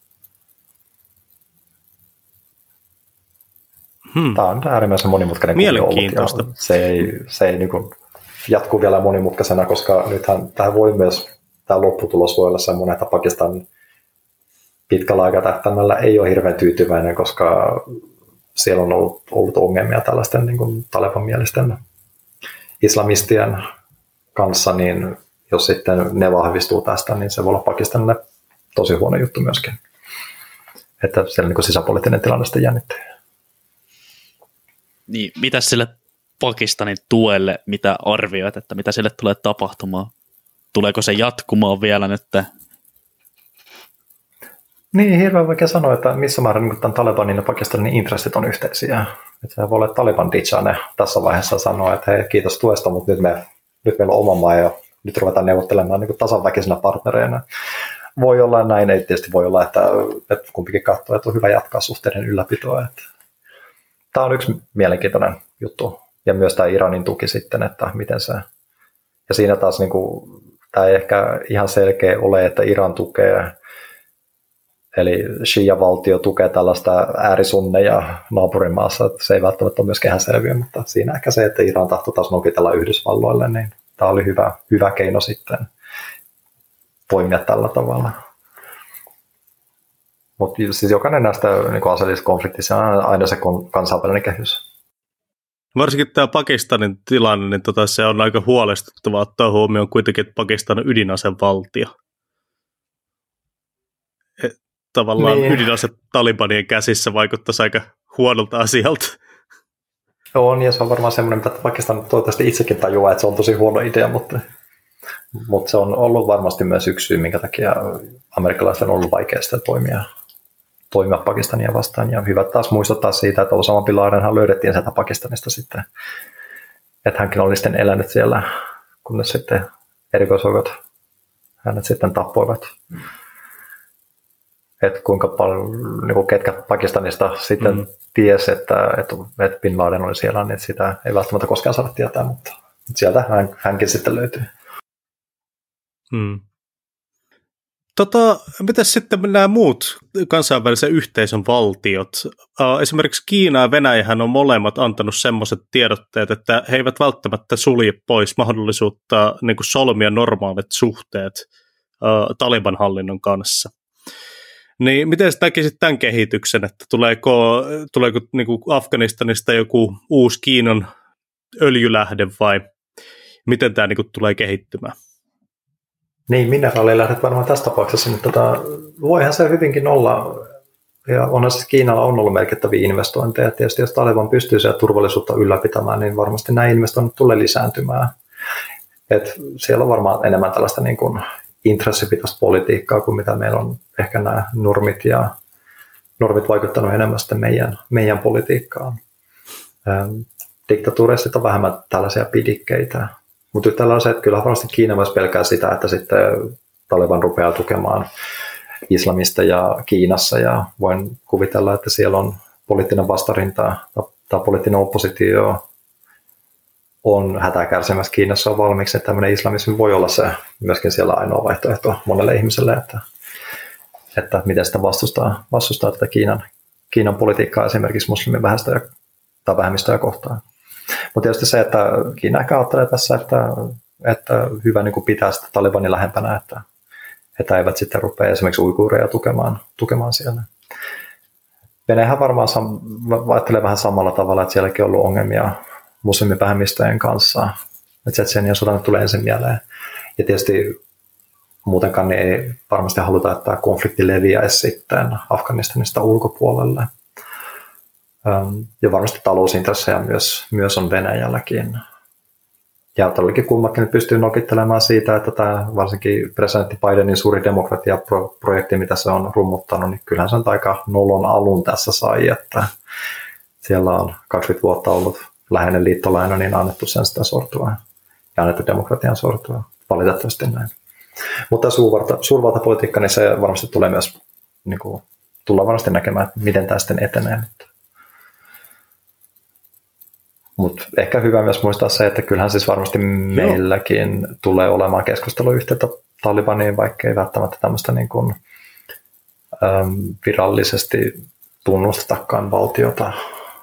Speaker 3: Hmm. Tämä on äärimmäisen monimutkainen kuvio ollut. Se ei, se ei niin kuin jatku vielä monimutkaisena, koska nythän tämä voi myös, tämä lopputulos voi olla sellainen, että Pakistan pitkällä aikatähtäimellä ei ole hirveän tyytyväinen, koska siellä on ollut, ollut ongelmia tällaisten niin kuin Taliban-mielisten islamistien kanssa, niin jos sitten ne vahvistuu tästä, niin se voi olla Pakistanille tosi huono juttu myöskin. Että siellä niin kuin sisäpoliittinen tilanne sitten jännittää.
Speaker 2: Niin, mitä sille Pakistanin tuelle, mitä arvioit, että mitä sille tulee tapahtumaan? Tuleeko se jatkumaan vielä nyt?
Speaker 3: Niin, hirveän vaikea sanoa, että missä määrin niin tämän Talibanin ja Pakistanin intressit on yhteisiä. Että se voi olla, että Taliban ditchane tässä vaiheessa sanoa, että hei, kiitos tuesta, mutta nyt, me, nyt meillä on oma maa ja nyt ruvetaan neuvottelemaan niin tasanväkisenä partnereina. Voi olla näin, ei tietysti voi olla, että, että kumpikin katsoo, että on hyvä jatkaa suhteiden ylläpitoa. Että tämä on yksi mielenkiintoinen juttu. Ja myös tämä Iranin tuki sitten, että miten se... Ja siinä taas niin kuin, tämä ei ehkä ihan selkeä ole, että Iran tukee, eli Shia-valtio tukee tällaista äärisunneja naapurimaassa, että se ei välttämättä ole myöskään ihan selviä, mutta siinä ehkä se, että Iran tahtoi taas nokitella Yhdysvalloille, niin tämä oli hyvä, hyvä keino sitten toimia tällä tavalla. Mutta siis jokainen näistä niin aseellisista konfliktissa on aina se kansainvälinen kehys.
Speaker 1: Varsinkin tämä Pakistanin tilanne, niin tota, se on aika huolestuttavaa ottaa huomioon kuitenkin, että Pakistan on ydinasevaltio. Et, tavallaan niin. Ydinase Talibanien käsissä vaikuttaisi aika huonolta asialta.
Speaker 3: On, ja se on varmaan semmoinen, mitä Pakistan toivottavasti itsekin tajuaa, että se on tosi huono idea, mutta, mutta se on ollut varmasti myös yksi syy, minkä takia amerikkalaisten on ollut vaikea sitä toimia. toimia Pakistania vastaan. Ja hyvä taas muistuttaa siitä, että Osama Bin Ladenhan löydettiin sieltä Pakistanista sitten. Että hänkin oli sitten elänyt siellä, kunnes sitten erikoisjoukot hänet sitten tappoivat. Mm. Että kuinka paljon, niin kuin ketkä Pakistanista sitten mm. tiesi, että, että, että Bin Laden oli siellä, niin sitä ei välttämättä koskaan saada tietää, mutta sieltä hän, hänkin sitten löytyy.
Speaker 1: Mm. Tota, mitäs sitten nämä muut kansainvälisen yhteisön valtiot? Esimerkiksi Kiina ja Venäjähän on molemmat antanut semmoiset tiedotteet, että he eivät välttämättä sulje pois mahdollisuutta niin kuin solmia normaalit suhteet uh, Taliban hallinnon kanssa. Niin miten sä näkisit tämän kehityksen, että tuleeko, tuleeko niin kuin Afganistanista joku uusi Kiinan öljylähde vai miten tämä niin kuin tulee kehittymään?
Speaker 3: Niin, mineraalilähdet varmaan tässä tapauksessa, mutta tota, voihan se hyvinkin olla, ja onhan siis Kiinalla on ollut merkittäviä investointeja, ja tietysti jos Taliban pystyy siellä turvallisuutta ylläpitämään, niin varmasti nämä investoinnit tulee lisääntymään. Et siellä on varmaan enemmän tällaista niin kuin intressipitoista politiikkaa kuin mitä meillä on ehkä nämä normit, ja normit vaikuttanut enemmän sitten meidän, meidän politiikkaan. Ähm, diktatuureissa on vähemmän tällaisia pidikkeitä. Mutta yhtä lailla se, että kyllä varmasti Kiina myös pelkää sitä, että sitten Taliban rupeaa tukemaan islamista ja Kiinassa, ja voin kuvitella, että siellä on poliittinen vastarinta tai poliittinen oppositio on hätää kärsimässä Kiinassa on valmiiksi, että tämmöinen islamismi voi olla se myöskin siellä ainoa vaihtoehto monelle ihmiselle, että, että miten sitä vastustaa, vastustaa tätä Kiinan, Kiinan politiikkaa esimerkiksi muslimin vähemmistöjä tai vähemmistöjä kohtaan. Mutta tietysti se, että Kiina ehkä ajattelee tässä, että, että hyvä niin kuin pitää sitä Talibanin lähempänä, että, että eivät sitten rupea esimerkiksi uiguureja tukemaan, tukemaan siellä. Venäjähän varmaan sam- ajattelee vähän samalla tavalla, että sielläkin on ollut ongelmia muslimivähemmistöjen kanssa. Että Tšetšenian sota nyt tulee ensin mieleen. Ja tietysti muutenkaan niin ei varmasti haluta, että konflikti leviäisi sitten Afganistanista ulkopuolelle. Ja varmasti talousintressejä myös, myös on Venäjälläkin. Ja todellakin kummatkin pystyy nokittelemaan siitä, että tämä varsinkin presidentti Bidenin suuri demokratiaprojekti, mitä se on rummuttanut, niin kyllähän se on aika nolon alun tässä sai, että siellä on kaksikymmentä vuotta ollut läheinen liittolainen, niin annettu sen sitä sortua ja annettu demokratian sortua. Valitettavasti näin. Mutta suurvalta, suurvaltapolitiikka, niin se varmasti tulee myös, niin kuin, tullaan varmasti näkemään, että miten tämä sitten etenee. Mutta ehkä hyvä myös muistaa se, että kyllähän siis varmasti meilläkin Joo. tulee olemaan keskusteluyhteyttä Talibaniin, vaikka ei välttämättä tämmöistä niin kuin, äm, virallisesti tunnustetakaan valtiota.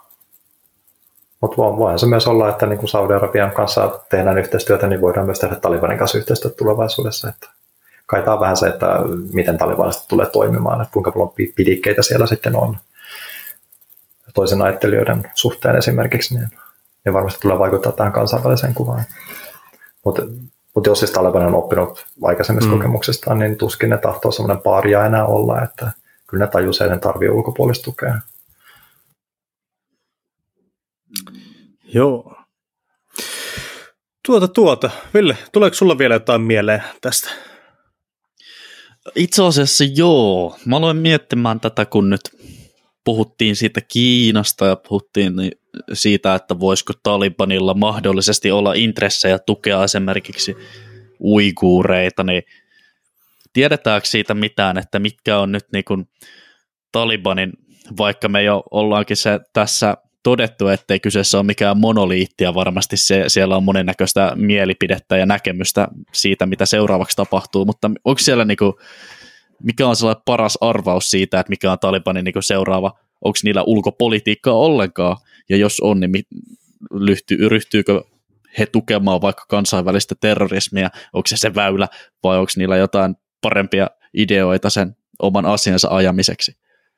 Speaker 3: Mutta voihan se myös olla, että niin kuin Saudi-Arabian kanssa tehdään yhteistyötä, niin voidaan myös tehdä Talibanin kanssa yhteistyötä tulevaisuudessa. Että kai tämä on vähän se, että miten Talibanista tulee toimimaan, että kuinka paljon pidikkeitä siellä sitten on toisen ajattelijoiden suhteen esimerkiksi, niin ne varmasti tulee vaikuttaa tähän kansainväliseen kuvaan. Mutta mut jos siis Taliban on oppinut aikaisemmista mm. kokemuksistaan, niin tuskin ne tahtoo sellainen paaria enää olla, että kyllä ne tajuu sen, että tarvitsee ulkopuolista tukea.
Speaker 1: Joo. Tuota, tuota. Ville, tuleeko sulla vielä jotain mieleen tästä?
Speaker 2: Itse asiassa joo. Mä aloin miettimään tätä, kun nyt puhuttiin siitä Kiinasta ja puhuttiin siitä, että voisiko Talibanilla mahdollisesti olla intressejä tukea esimerkiksi uiguureita, niin tiedetäänkö siitä mitään, että mitkä on nyt niin kuin Talibanin, vaikka me jo ollaankin se tässä todettu, ettei kyseessä ole mikään monoliitti ja varmasti se, siellä on monennäköistä mielipidettä ja näkemystä siitä, mitä seuraavaksi tapahtuu, mutta onko siellä niinku, mikä on sellainen paras arvaus siitä, että mikä on Talibanin niinku seuraava, onko niillä ulkopolitiikkaa ollenkaan, ja jos on, niin ryhtyy, ryhtyykö he tukemaan vaikka kansainvälistä terrorismia, onko se se väylä, vai onko niillä jotain parempia ideoita sen oman asiansa ajamiseksi?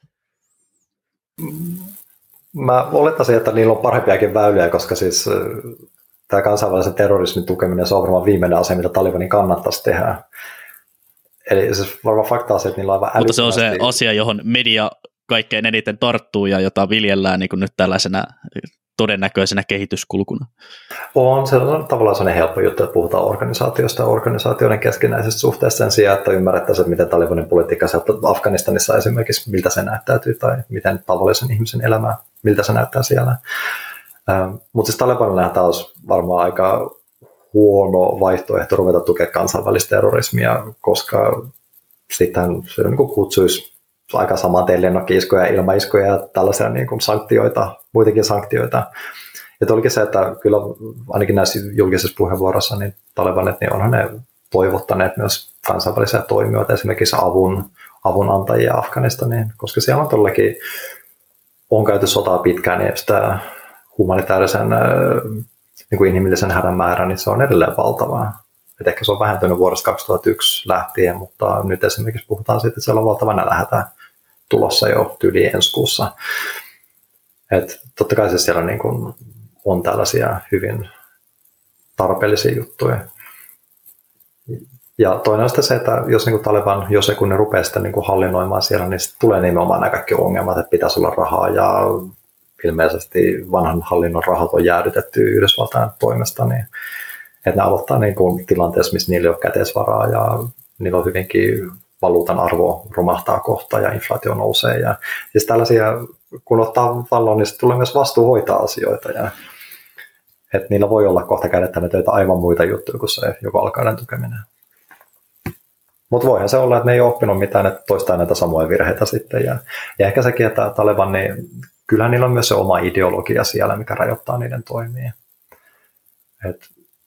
Speaker 3: Mä olettaisin, että niillä on parempiakin väyliä, koska siis tämä kansainvälisen terrorismin tukeminen, se on varmaan viimeinen asia, mitä Talibanin kannattaisi tehdä. Eli siis varmaan fakta on se, että niillä on aivan
Speaker 2: Mutta se on se asia, johon media kaikkein eniten tarttuu ja jota viljellään niin kuin nyt tällaisena todennäköisenä kehityskulkuna.
Speaker 3: On, se on tavallaan sellainen helppo juttu, että puhutaan organisaatiosta ja organisaatioiden keskinäisestä suhteesta sen sijaan, että ymmärrettäisiin, että miten Talibanin politiikka Afganistanissa esimerkiksi, miltä se näyttäytyy tai miten tavallisen ihmisen elämä, miltä se näyttää siellä. Ähm, mutta siis Talibanilla tämä olisi varmaan aika huono vaihtoehto ruveta tukemaan kansainvälistä terrorismia, koska sitten se niin kuin kutsuisi aika saman tein lennokki-iskuja, ilmaiskuja ja tällaisia niin kuin sanktioita, muitakin sanktioita. Ja olikin se, että kyllä ainakin näissä julkisissa puheenvuoroissa niin Talibanit, niin onhan ne toivottaneet myös kansainvälisiä toimijoita, esimerkiksi avun, avunantajia Afganistaniin, koska siellä on todellakin, on käyty sotaa pitkään, niin sitä humanitaarisen niin kuin inhimillisen hädän määrä, niin se on edelleen valtavaa. Et ehkä se on vähentynyt vuodesta kaksituhattayksi lähtien, mutta nyt esimerkiksi puhutaan siitä, että siellä on valtava nälänhätä tulossa jo tyyli ensi kuussa. Et totta kai se siellä niin kuin on tällaisia hyvin tarpeellisia juttuja. Ja toinen on sitten se, että jos niin kuin Taliban, jos ja kun ne rupeaa sitten niin kuin hallinnoimaan siellä, niin tulee nimenomaan nämä kaikki ongelmat, että pitäisi olla rahaa ja ilmeisesti vanhan hallinnon rahat on jäädytetty Yhdysvaltain toimesta, niin että ne aloittaa niin kuin tilanteessa, missä niillä ei ole käteisvaraa ja niillä on hyvinkin valuutan arvo romahtaa kohta ja inflaatio nousee. Ja siis tällaisia, kun ottaa valloin, niin tulee myös vastuu hoitaa asioita. Ja, että niillä voi olla kohta kädettä töitä aivan muita juttuja kuin se joku alkaiden tukeminen. Mutta voihan se olla, että ne ei ole oppinut mitään, että toistaa näitä samoja virheitä sitten. Ja, ja ehkä sekin, että Taliban, niin kyllähän niillä on myös se oma ideologia siellä, mikä rajoittaa niiden toimia. Et,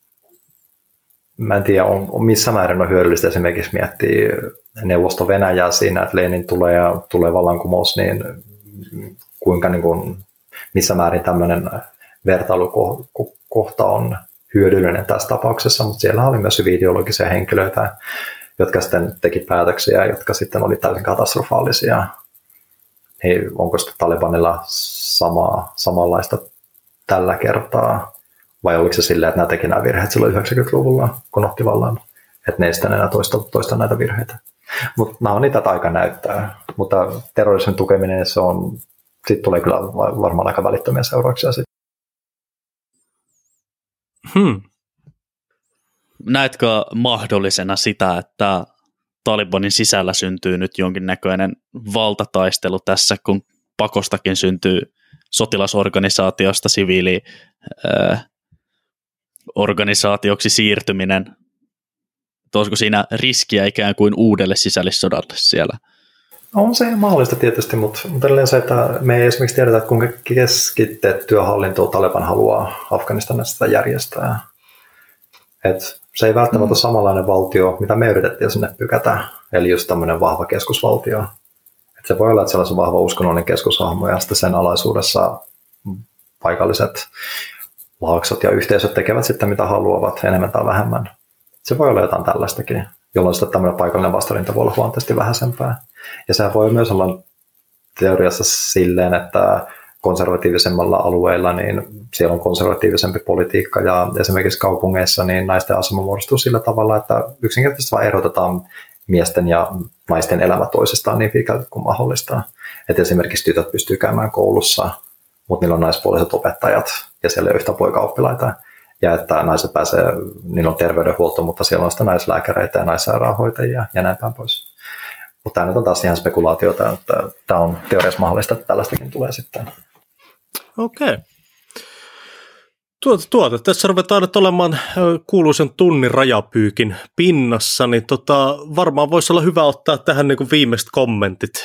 Speaker 3: mä en tiedä, on, on missä määrin on hyödyllistä esimerkiksi miettiä Neuvosto-Venäjää siinä, että Lenin tulee ja tulee vallankumous, niin kuinka niin kuin, missä määrin tämmöinen vertailukohta on hyödyllinen tässä tapauksessa, mutta siellä oli myös hyvin ideologisia henkilöitä, jotka sitten teki päätöksiä, jotka sitten oli täysin katastrofaalisia. Niin onko sitten Talibanilla sama, samanlaista tällä kertaa? Vai oliko se silleen, että nämä teki nämä virheet silloin yhdeksänkymmentäluvulla, kun otti vallan, että ne ei sitten enää toista, toista näitä virheitä. Mutta nämä on niitä, että aika näyttää. Mutta terrorismin tukeminen, se on, siitä tulee kyllä varmaan aika välittömiä seurauksia.
Speaker 2: Hmm. Näetkö mahdollisena sitä, että Talibanin sisällä syntyy nyt jonkinnäköinen valtataistelu tässä, kun pakostakin syntyy sotilasorganisaatiosta siviili äh, organisaatioksi siirtyminen? Olisiko siinä riskiä ikään kuin uudelle sisällissodalle siellä?
Speaker 3: On se mahdollista tietysti, mutta, mutta edelleen se, että me ei esimerkiksi tiedetä, että kuinka keskitettyä hallintoa Taliban haluaa Afganistanista järjestää. Et se ei välttämättä ole samanlainen valtio, mitä me yritettiin sinne pykätä, eli just tämmöinen vahva keskusvaltio. Et se voi olla, että siellä on vahva uskonnollinen keskushahmo ja sitten sen alaisuudessa paikalliset laaksot ja yhteisöt tekevät sitten mitä haluavat, enemmän tai vähemmän. Se voi olla jotain tällaistakin, jolloin sitten tämmöinen paikallinen vastarinta voi olla huomattavasti vähäisempää. Ja sehän voi myös olla teoriassa silleen, että konservatiivisemmalla alueilla niin siellä on konservatiivisempi politiikka ja esimerkiksi kaupungeissa niin naisten asema muodostuu sillä tavalla, että yksinkertaisesti vain erotetaan miesten ja naisten elämä toisistaan niin pitkälti kuin mahdollista. Että esimerkiksi tytöt pystyy käymään koulussa, mutta niillä on naispuoliset opettajat ja siellä ei ole yhtä poikaoppilaita. Ja että naiset pääsee, niillä on terveydenhuolto, mutta siellä on sitä naislääkäreitä ja naissairaanhoitajia ja näin päin pois. Mutta tämä nyt on taas ihan spekulaatiota, että tämä on teoriassa mahdollista, että tällaistakin tulee sitten.
Speaker 1: Okei. Tuota, tuota. Tässä ruvetaan nyt olemaan kuuluisen tunnin rajapyykin pinnassa, niin tota, varmaan voisi olla hyvä ottaa tähän niin kuin viimeiset kommentit.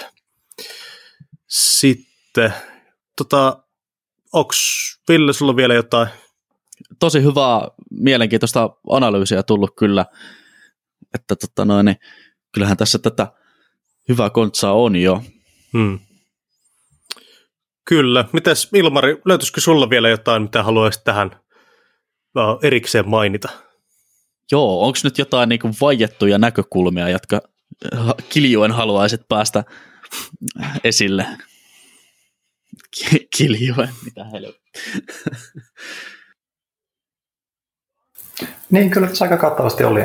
Speaker 1: Sitten, tota, onko Ville, sulla vielä jotain?
Speaker 2: Tosi hyvää, mielenkiintoista analyysiä tullut kyllä, että tota noin, niin kyllähän tässä tätä hyvää kontsaa on jo.
Speaker 1: Hmm. Kyllä. Mites Ilmari, löytyisikö sulla vielä jotain, mitä haluaisit tähän erikseen mainita?
Speaker 2: Joo, onko nyt jotain niin kuin vaiettuja näkökulmia, jotka kiljuen haluaisit päästä esille? Kiljuen, mitä helvettiä.
Speaker 3: Niin, kyllä tässä aika kattavasti oli,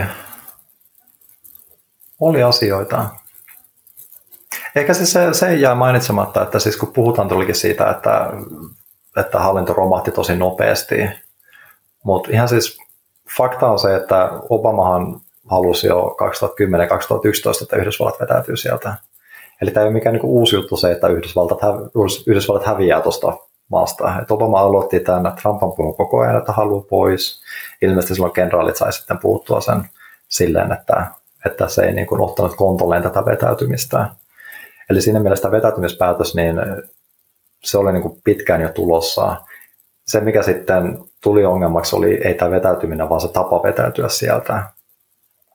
Speaker 3: oli asioita. Eikä siis se, se ei jää mainitsematta, että siis kun puhutaan tulikin siitä, että, että hallinto romahti tosi nopeasti, mutta ihan siis fakta on se, että Obamahan halusi jo kaksituhattakymmenen kaksituhattayksitoista, että Yhdysvallat vetäytyy sieltä. Eli tämä ei ole mikään niinku uusi juttu se, että Yhdysvallat, hävi, Yhdysvallat häviää tuosta maasta. Et Obama aloitti tämän, Trump on puhunut koko ajan, että haluaa pois. Ilmeisesti silloin kenraalit sai sitten puuttua sen silleen, että, että se ei niin kuin ottanut kontolleen tätä vetäytymistä. Eli siinä mielessä vetäytymispäätös, niin se oli niin kuin pitkään jo tulossa. Se, mikä sitten tuli ongelmaksi, oli ei tämä vetäytyminen, vaan se tapa vetäytyä sieltä.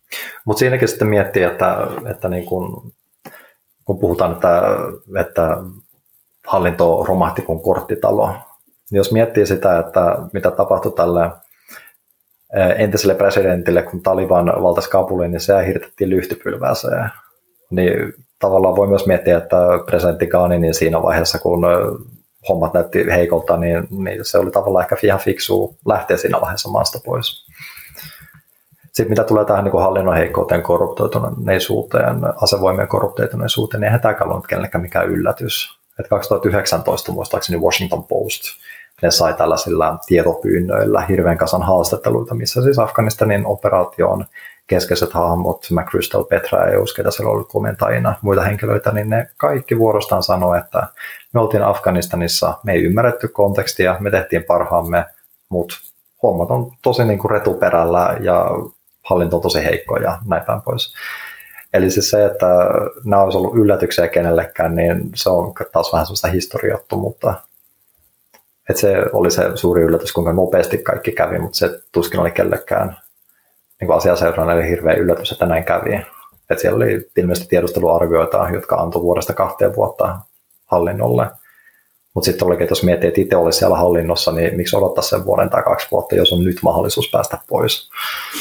Speaker 3: Mutta siinäkin sitten miettii, että, että niin kun, kun puhutaan, että, että hallinto romahti kuin korttitalo, niin jos miettii sitä, että mitä tapahtui tälle entiselle presidentille, kun Taliban valtasi Kabulin, niin se hirtettiin lyhtypylvääseen. Niin tavallaan voi myös miettiä, että presidentti Ghani niin siinä vaiheessa, kun hommat näytti heikolta, niin, niin se oli tavallaan ehkä ihan fiksua lähteä siinä vaiheessa maasta pois. Sitten mitä tulee tähän niin kuin hallinnon heikkouteen, korruptoituneisuuteen, asevoimien korruptoituneisuuteen, niin eihän tämäkään ollut kenellekään mikään yllätys. Et kaksituhattayhdeksäntoista muistaakseni Washington Post, ne sai tällaisilla tietopyynnöillä hirveän kasan haastatteluita, missä siis Afganistanin operaation keskeiset hahmot, McChrystal, Petra ja Eus, ketä siellä oli komentajina, muita henkilöitä, niin ne kaikki vuorostaan sanoi, että me oltiin Afganistanissa, me ei ymmärretty kontekstia, me tehtiin parhaamme, mutta hommat on tosi niin kuin retuperällä ja hallinto on tosi heikko ja näin päin pois. Eli siis se, että nämä olisi ollut yllätyksiä kenellekään, niin se on taas vähän sellaista historiattomuutta. Että se oli se suuri yllätys, kuinka nopeasti kaikki kävi, mutta se tuskin oli kellekään niin asiaseuraajalle hirveä yllätys, että näin kävi. Että siellä oli ilmeisesti tiedusteluarvioita, jotka antoi vuodesta kahteen vuotta hallinnolle. Mutta sitten olikin, että jos miettii, että itse olisi siellä hallinnossa, niin miksi odottaa sen vuoden tai kaksi vuotta, jos on nyt mahdollisuus päästä pois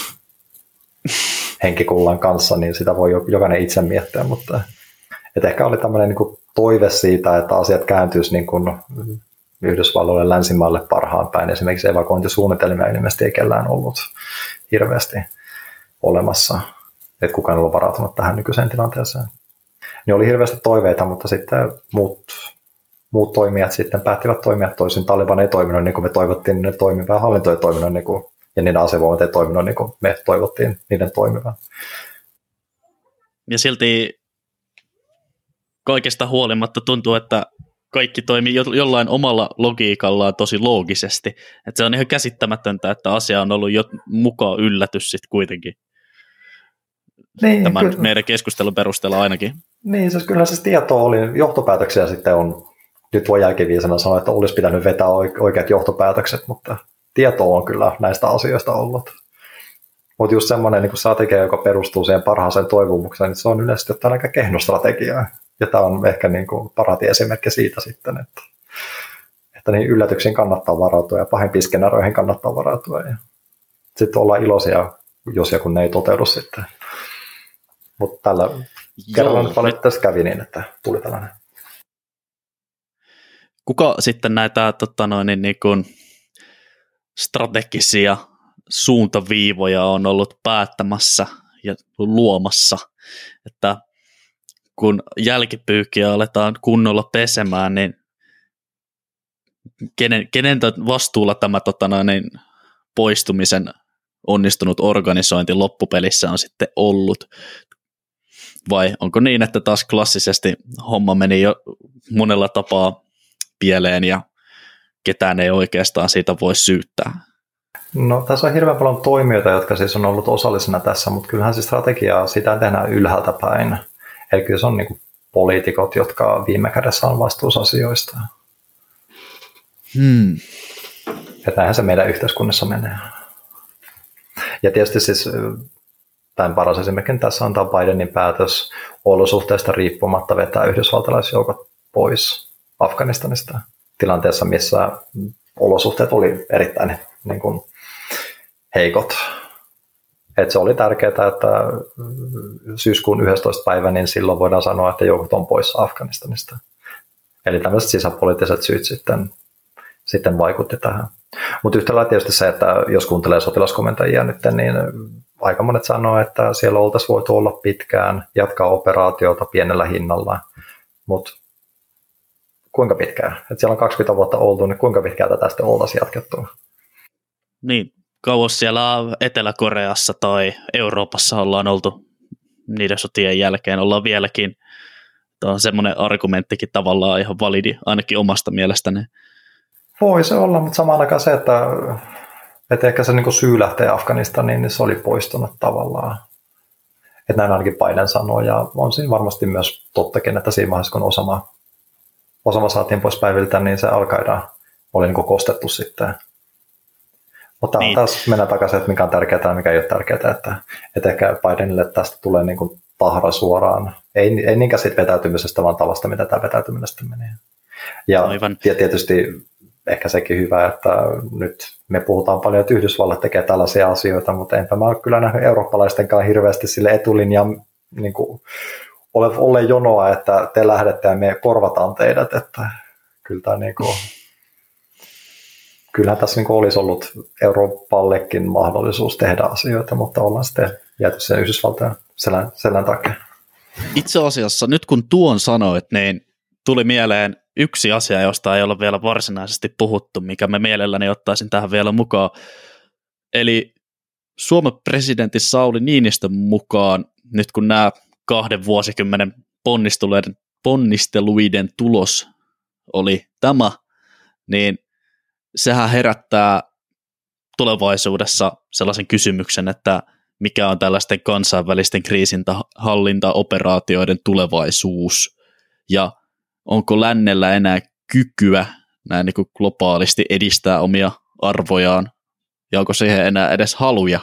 Speaker 3: henkikullan kanssa, niin sitä voi jokainen itse miettiä. Mutta et ehkä oli tämmöinen niin kuin toive siitä, että asiat kääntyisi niin kuin Yhdysvalloille länsimaille parhaan päin. Esimerkiksi evakuointisuunnitelmia ilmeisesti ei kellään ollut hirveästi olemassa, että kukaan ei ollut varautunut tähän nykyiseen tilanteeseen. Niin oli hirveästi toiveita, mutta sitten muut, muut toimijat sitten päättivät toimia toisin. Taliban ei toiminut niin kuin me toivottiin, ne toimivaa, hallinto ei toiminut niin kuin, ja niiden asevoimat ei toiminut niin kuin me toivottiin niiden toimivan.
Speaker 2: Ja silti kaikesta huolimatta tuntuu, että kaikki toimii jollain omalla logiikallaan tosi loogisesti. Että se on ihan käsittämätöntä, että asia on ollut jo mukaan yllätys sitten kuitenkin. Niin, tämän kyllä. Meidän keskustelun perusteella ainakin.
Speaker 3: Niin, siis kyllä siis tieto oli, johtopäätöksiä sitten on, nyt voi jälkiviisana sanoa, että olisi pitänyt vetää oikeat johtopäätökset, mutta tieto on kyllä näistä asioista ollut. Mutta just semmoinen niin strategia, joka perustuu siihen parhaaseen toivomukseen, niin se on yleisesti jotain aika kehno strategiaa. Ja tämä on ehkä niin kuin parhaati esimerkki siitä sitten, että, että niin yllätyksiin kannattaa varautua ja pahimpiin skenaarioihin kannattaa varautua. Ja sitten ollaan iloisia, jos ja kun ne ei toteudu sitten. Mutta tällä kerralla nyt valitettavasti kävi niin, että tuli tällainen.
Speaker 2: Kuka sitten näitä tota noin, niin kuin strategisia suuntaviivoja on ollut päättämässä ja luomassa, että kun jälkipyykkiä aletaan kunnolla pesemään, niin kenen, kenen vastuulla tämä tota noin, poistumisen onnistunut organisointi loppupelissä on sitten ollut? Vai onko niin, että taas klassisesti homma meni jo monella tapaa pieleen ja ketään ei oikeastaan siitä voi syyttää?
Speaker 3: No tässä on hirveän paljon toimijoita, jotka siis on ollut osallisena tässä, mutta kyllähän se strategiaa sitä tehdään ylhäältä päin. Eli kyllä se on niin kuin poliitikot, jotka viime kädessä on vastuussa asioista.
Speaker 2: Hmm.
Speaker 3: Että näinhän se meidän yhteiskunnassa menee. Ja tietysti siis tämän paras esimerkiksi tässä antaa Bidenin päätös olosuhteista riippumatta vetää yhdysvaltalaisjoukot pois Afganistanista tilanteessa, missä olosuhteet oli erittäin niin kuin, heikot. Et se oli tärkeää, että syyskuun yhdestoista päivä, niin silloin voidaan sanoa, että joukot on poissa Afganistanista. Eli tämmöiset sisäpoliittiset syyt sitten, sitten vaikutti tähän. Mutta yhtä lailla tietysti se, että jos kuuntelee sotilaskomentajia nyt, niin aika monet sanoo, että siellä oltaisiin voitu olla pitkään, jatkaa operaatiota pienellä hinnalla, mutta kuinka pitkään? Et siellä on kaksikymmentä vuotta oltu, niin kuinka pitkään tätä sitten oltaisiin jatkettu?
Speaker 2: Niin, kauas siellä Etelä-Koreassa tai Euroopassa ollaan oltu niiden sotien jälkeen, ollaan vieläkin. Tämä on semmoinen argumenttikin tavallaan ihan validi, ainakin omasta mielestäni.
Speaker 3: Voi se olla, mutta samaan aikaan se, että, että ehkä se niin kuin syy lähtee Afganistaniin, niin se oli poistunut tavallaan. Että näin ainakin Biden sanoo, ja on siinä varmasti myös tottakin, että siinä vaiheessa, kun Osama, Osama saatiin pois päiviltä, niin se Al-Qaida oli niin kuin kostettu sitten. Mutta niin. Taas mennään takaisin, että mikä on tärkeää ja mikä ei ole tärkeää, että, että ehkä Bidenille tästä tulee niin kuin tahra suoraan. Ei, ei niinkään siitä vetäytymisestä, vaan tavasta, mitä tämä vetäytyminen sitten menee. Ja Aivan. tietysti ehkä sekin hyvä, että nyt me puhutaan paljon, että Yhdysvallat tekee tällaisia asioita, mutta enpä mä ole kyllä nähnyt eurooppalaistenkaan hirveästi sille etulinjaan niin kuin ole, ole jonoa, että te lähdette ja me korvataan teidät, että kyllä tämä niin kuin, kyllähän tässä niin kuin olisi ollut Euroopallekin mahdollisuus tehdä asioita, mutta ollaan sitten jääty sen Yhdysvaltain selän, selän takia.
Speaker 2: Itse asiassa nyt kun tuon sanoit, niin tuli mieleen yksi asia, josta ei ole vielä varsinaisesti puhuttu, mikä me mielelläni ottaisin tähän vielä mukaan. Eli Suomen presidentti Sauli Niinistön mukaan, nyt kun nämä kahden vuosikymmenen ponnisteluiden, ponnisteluiden tulos oli tämä, niin sehän herättää tulevaisuudessa sellaisen kysymyksen, että mikä on tällaisten kansainvälisten kriisinhallintaoperaatioiden tulevaisuus, ja onko lännellä enää kykyä näin niin kuin globaalisti edistää omia arvojaan, ja onko siihen enää edes haluja?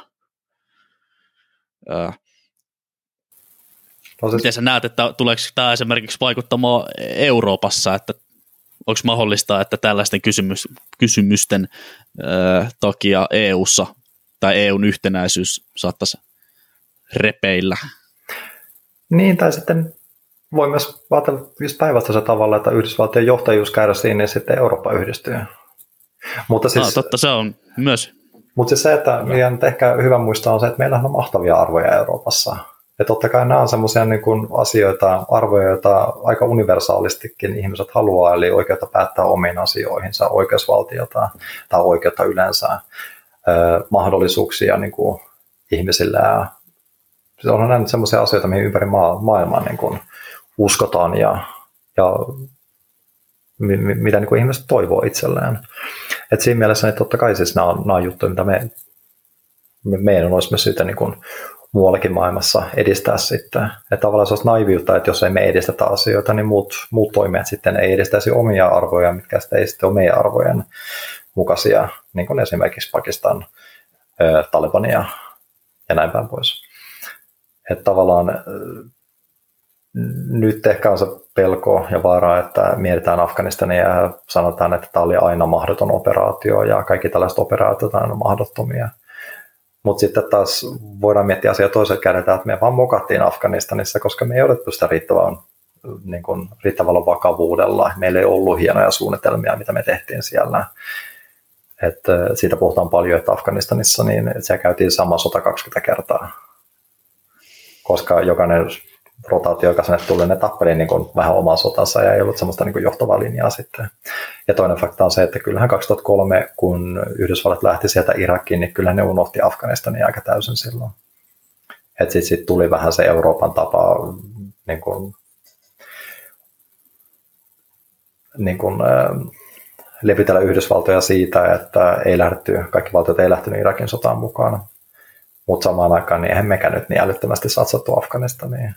Speaker 2: Öö. No, siis... Miten sä näet, että tuleeko tämä esimerkiksi vaikuttamaan Euroopassa, että onko mahdollista, että tällaisten kysymys, kysymysten öö, takia E U:ssa tai E U:n yhtenäisyys saattaisi repeillä? Niin, tai sitten voi myös ajatella just päinvastaisella tavalla, että Yhdysvaltojen johtajuus kärsii, niin sitten Eurooppa yhdistyy. Mutta siis, no, totta, se on myös. Mutta siis se, että meidän ehkä hyvä muistaa on se, että meillä on mahtavia arvoja Euroopassa. Ja totta kai nämä on sellaisia niin kuin asioita, arvoja, joita aika universaalistikin ihmiset haluaa, eli oikeutta päättää omiin asioihinsa, oikeusvaltiota tai oikeutta yleensä, eh, mahdollisuuksia niin kuin ihmisillä. Ja on näin sellaisia asioita, mihin ympäri maa, maailmaa niin kuin uskotaan ja, ja mi, mi, mitä niin kuin ihmiset toivoo itselleen. Et siinä mielessä niin totta kai siis nämä on, nämä on juttuja, mitä me, me, meidän olisi myös syytä niin kuin muuallakin maailmassa edistää sitten. Että tavallaan se olisi naiviutta, että jos ei me edistetä asioita, niin muut, muut toimijat sitten ei edistäisi omia arvoja, mitkä sitten ei sitten ole meidän arvojen mukaisia, niin kuin esimerkiksi Pakistan, Talibania ja näin päin pois. Että tavallaan nyt ehkä on se pelko ja vaara, että mietitään Afganistania ja sanotaan, että tämä oli aina mahdoton operaatio ja kaikki tällaiset operaatiot on mahdottomia. Mutta sitten taas voidaan miettiä asiaa toiselta kädeltä, että me vaan mokattiin Afganistanissa, koska me ei odottu sitä riittävän, niin kuin, riittävällä vakavuudella. Meillä ei ollut hienoja suunnitelmia, mitä me tehtiin siellä. Et siitä puhutaan paljon, että Afganistanissa niin se käytiin sama sota kaksikymmentä kertaa, koska jokainen rotaatio, joka sinne tuli, ne tappeli niin kuin vähän omaa sotansa ja ei ollut semmoista niin kuin johtavaa linjaa sitten. Ja toinen fakta on se, että kyllähän kaksituhattakolme, kun Yhdysvallat lähti sieltä Irakiin, niin kyllähän ne unohti Afganistania aika täysin silloin. Että sitten sit tuli vähän se Euroopan tapa niin kuin, niin kuin, äh, levitellä Yhdysvaltoja siitä, että ei lähdetty, kaikki valtiot ei lähtenyt Irakin sotaan mukaan. Mutta samaan aikaan niin eihän mekään nyt niin älyttömästi satsattu Afganistaniin.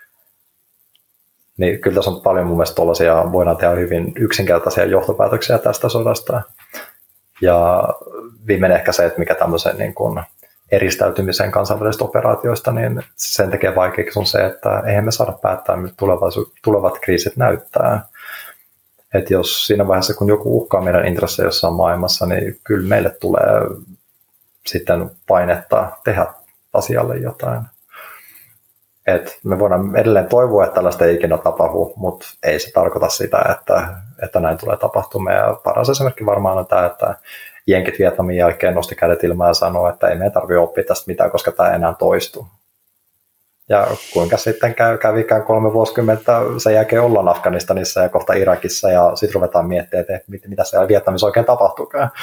Speaker 2: Niin kyllä tässä on paljon mun mielestä tuollaisia, voidaan tehdä hyvin yksinkertaisia johtopäätöksiä tästä sodasta. Ja viimeinen ehkä se, että mikä tämmöisen niin kuin eristäytymisen kansainvälisistä operaatioista, niin sen tekee vaikeaksi on se, että eihän me saada päättää, miltä tulevat kriisit näyttää. Että jos siinä vaiheessa, kun joku uhkaa meidän intressejä jossain maailmassa, niin kyllä meille tulee sitten painetta tehdä asialle jotain. Et me voidaan edelleen toivoa, että tällaista ei ikinä tapahdu, mutta ei se tarkoita sitä, että, että näin tulee tapahtumaan. Ja paras esimerkki varmaan on tämä, että jenkit Vietnamin jälkeen nosti kädet ilmaan ja sanoi, että ei meidän tarvitse oppia tästä mitään, koska tämä ei enää toistu. Ja kuinka sitten käy, kävikään kolme vuosikymmentä, sen jälkeen ollaan Afganistanissa ja kohta Irakissa ja sitten ruvetaan miettimään, että mitä siellä Vietnamissa oikein tapahtuukaan.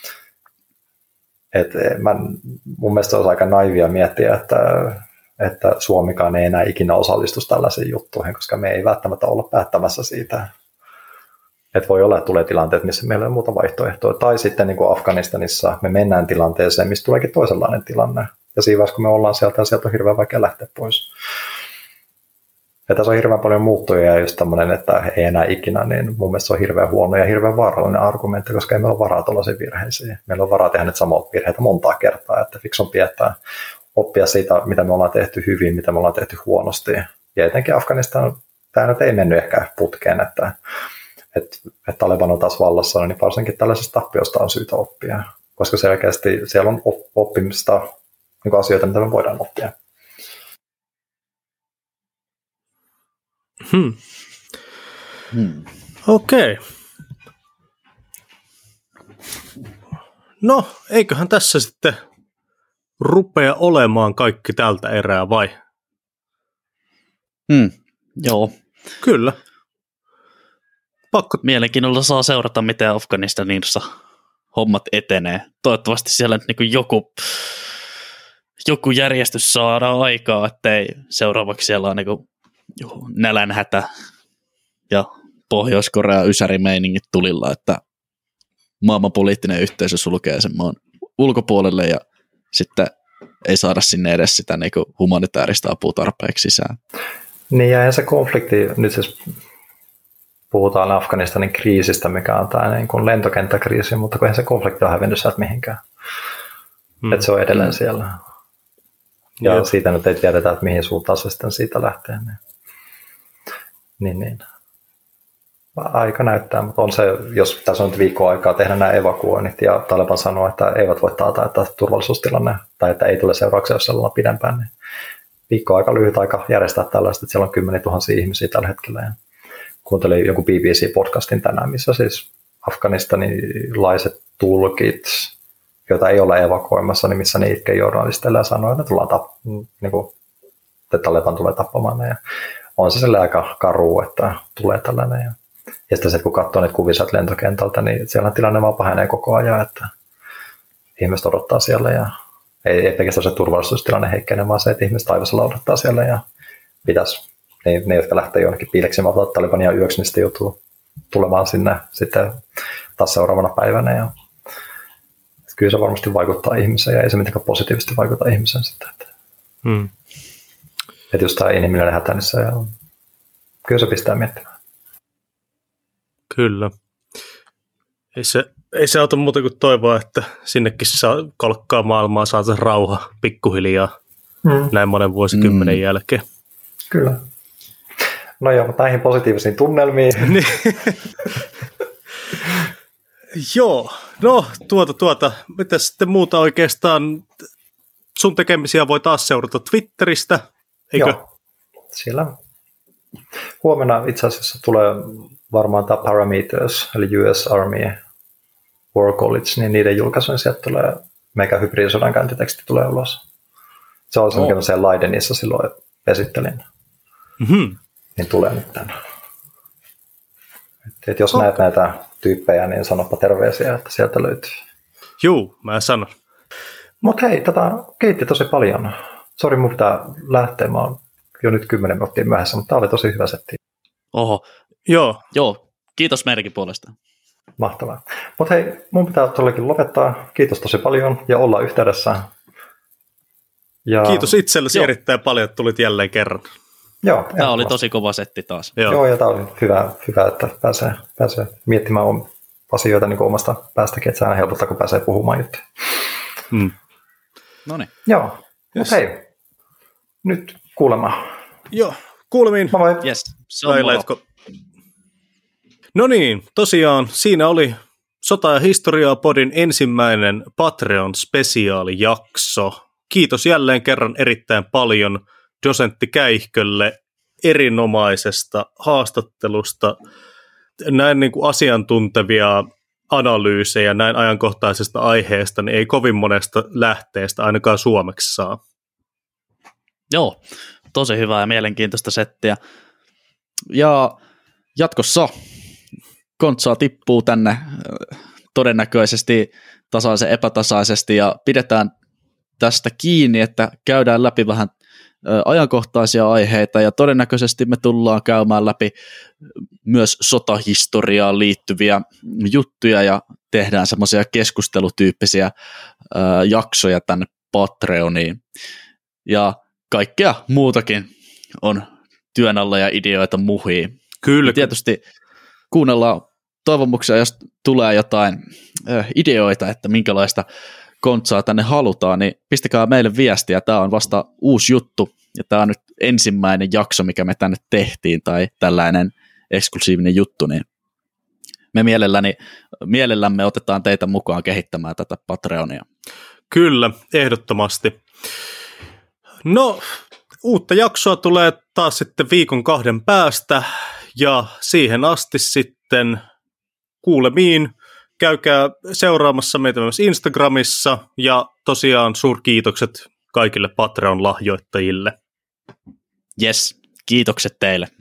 Speaker 2: Et mä, mun mielestä olisi aika naivia miettiä, että, että Suomikaan ei enää ikinä osallistu tällaisiin juttuihin, koska me ei välttämättä olla päättämässä siitä. Et voi olla, että tulee tilanteet, missä meillä ei muuta vaihtoehtoa. Tai sitten niin kuin Afganistanissa me mennään tilanteeseen, missä tuleekin toisenlainen tilanne. Ja siinä vaiheessa, kun me ollaan sieltä, sieltä on hirveän vaikea lähteä pois.
Speaker 3: Ja tässä on hirveän paljon muuttuja ja just tämmöinen, että ei enää ikinä, niin mun mielestä se on hirveän huono ja hirveän vaarallinen argumentti, koska ei meillä ole varaa tuollaisiin virheisiin. Meillä on varaa tehdä nyt samoja virheitä montaa kertaa, että fiksumpi, että oppia siitä, mitä me ollaan tehty hyvin, mitä me ollaan tehty huonosti. Ja etenkin Afganistan, tämä nyt ei mennyt ehkä putkeen, että, että, että Taleban on taas vallassa, niin varsinkin tällaisesta tappiosta on syytä oppia, koska selkeästi siellä on oppimista niin kuin asioita, mitä me voidaan oppia.
Speaker 1: Hmm. Hmm. Okei. Okay. No, eiköhän tässä sitten rupea olemaan kaikki tältä erää, vai?
Speaker 2: Hmm. Joo.
Speaker 1: Kyllä.
Speaker 2: Pakko. Mielenkiinnolla saa seurata, miten Afganistanissa hommat etenee. Toivottavasti siellä nyt niin joku, joku järjestys saadaan aikaa, ettei seuraavaksi siellä on niin nälänhätä ja Pohjois-Korea ysärimeiningit tulilla, että maailman poliittinen yhteisö sulkee sen maan ulkopuolelle ja sitten ei saada sinne edes sitä niin kuin humanitaarista apua tarpeeksi sisään.
Speaker 3: Niin ja se konflikti, nyt siis puhutaan Afganistanin kriisistä, mikä on tämä niin kuin lentokenttäkriisi, mutta kun eihän se konflikti ole hävinnyt sieltä mihinkään. Hmm. Että se on edelleen siellä. Ja Joo. siitä nyt ei tiedetä, että mihin suuntaan se sitten siitä lähtee. Niin. Niin, niin. Aika näyttää, mutta on se, jos tässä on nyt viikkoa aikaa tehdä nämä evakuoinnit ja Taleban sanoo, että eivät voi taata, että turvallisuustilanne tai että ei tule seurauksia, jos siellä on pidempään, niin viikko aika lyhyt aika järjestää tällaista, että siellä on kymmeniä tuhansia ihmisiä tällä hetkellä. Ja kuuntelin joku B B C-podcastin tänään, missä siis afganistanilaiset tulkit, joita ei ole evakuoimassa, niin missä ne itkee journalisteille ja sanoo, että tullaan tapp- niin kuin, että Taleban tulee tappamaan. Ja on se sille aika karu, että tulee tällainen. Ja, ja sitten se, kun katsoo niitä kuvia sieltä lentokentältä, niin siellä tilanne vaan pahenee koko ajan, että ihmiset odottaa siellä ja ei, ei pelkästään se turvallisuustilanne heikkene, vaan se, että ihmiset taivasella odottaa siellä ja pitäisi, ne, ne jotka lähtee jonnekin piileksimään Talebania yöksi, niin sitten joutuu tulemaan sinne sitten taas seuraavana päivänä. Ja kyllä se varmasti vaikuttaa ihmiseen ja ei se mitenkään positiivisesti vaikuta ihmiseen sitten. Että, hmm. että just tämä inhimillinen hätä, niin se on, kyllä se pistää miettimään.
Speaker 1: Kyllä. Ei se, ei se auta muuta kuin toivoa, että sinnekin saa kolkkaa maailmaa, saataisiin rauha pikkuhiljaa mm. näin monen vuosikymmenen mm. jälkeen.
Speaker 3: Kyllä. No joo, mutta näihin positiivisiin tunnelmiin.
Speaker 1: Joo, no tuota tuota, mitä sitten muuta oikeastaan, sun tekemisiä voi taas seurata Twitteristä, eikö?
Speaker 3: Joo, siellä huomenna itse asiassa tulee varmaan tämä Parameters, eli U S Army War College, niin niiden julkaisujen sieltä tulee mega hybridisodankäyntiteksti tulee ulos. Se on se, mikä mä sen Leidenissa silloin esittelin. Mm-hmm. Niin tulee nyt tänne. Et, et jos okay. näet näitä tyyppejä, niin sanoppa terveisiä, että sieltä löytyy.
Speaker 1: Juu, mä sanon.
Speaker 3: Mut hei, tätä kiitti tosi paljon. Sori, mun pitää lähteä. Mä oon jo nyt kymmenen minuuttia myöhässä, mutta tää oli tosi hyvä setti.
Speaker 2: Oho.
Speaker 1: Joo.
Speaker 2: Joo, kiitos Merkin puolesta.
Speaker 3: Mahtavaa. Mutta hei, mun pitää todellakin lopettaa. Kiitos tosi paljon ja olla yhteydessä. Ja...
Speaker 1: Kiitos itsellesi Joo. erittäin paljon, että tulit jälleen kerran.
Speaker 3: Joo,
Speaker 2: tämä oli tosi kova setti taas.
Speaker 3: Joo, Joo ja tämä oli hyvä, hyvä että pääsee, pääsee miettimään asioita niin omasta päästäkin, että se aina helpottaa, kun pääsee puhumaan juttuja.
Speaker 1: Hmm.
Speaker 2: No niin.
Speaker 3: Joo, yes. Mutta hei, nyt kuulemaan.
Speaker 1: Joo, kuulemiin.
Speaker 3: Moi moi.
Speaker 2: Yes, se on moro.
Speaker 1: No niin, tosiaan siinä oli Sota ja historiaa podin ensimmäinen Patreon-spesiaalijakso. Kiitos jälleen kerran erittäin paljon dosentti Käihkölle erinomaisesta haastattelusta. Näin niin kuin asiantuntevia analyysejä näin ajankohtaisesta aiheesta, niin ei kovin monesta lähteestä ainakaan suomeksi saa.
Speaker 2: Joo, tosi hyvää ja mielenkiintoista settiä. Ja jatkossa kontsaa tippuu tänne todennäköisesti tasaisen epätasaisesti ja pidetään tästä kiinni, että käydään läpi vähän ajankohtaisia aiheita ja todennäköisesti me tullaan käymään läpi myös sotahistoriaan liittyviä juttuja ja tehdään semmoisia keskustelutyyppisiä jaksoja tänne Patreoniin ja kaikkea muutakin on työn alla ja ideoita muhii.
Speaker 1: Kyllä.
Speaker 2: Ja tietysti kuunnellaan toivomuksia, jos tulee jotain äh, ideoita, että minkälaista kontsaa tänne halutaan, niin pistäkää meille viestiä. Tämä on vasta uusi juttu, ja tämä on nyt ensimmäinen jakso, mikä me tänne tehtiin, tai tällainen eksklusiivinen juttu, niin me mielelläni, mielellämme otetaan teitä mukaan kehittämään tätä Patreonia.
Speaker 1: Kyllä, ehdottomasti. No, uutta jaksoa tulee taas sitten viikon kahden päästä, ja siihen asti sitten kuulemiin. Käykää seuraamassa meitä myös Instagramissa, ja tosiaan suurkiitokset kaikille Patreon-lahjoittajille.
Speaker 2: Yes, kiitokset teille.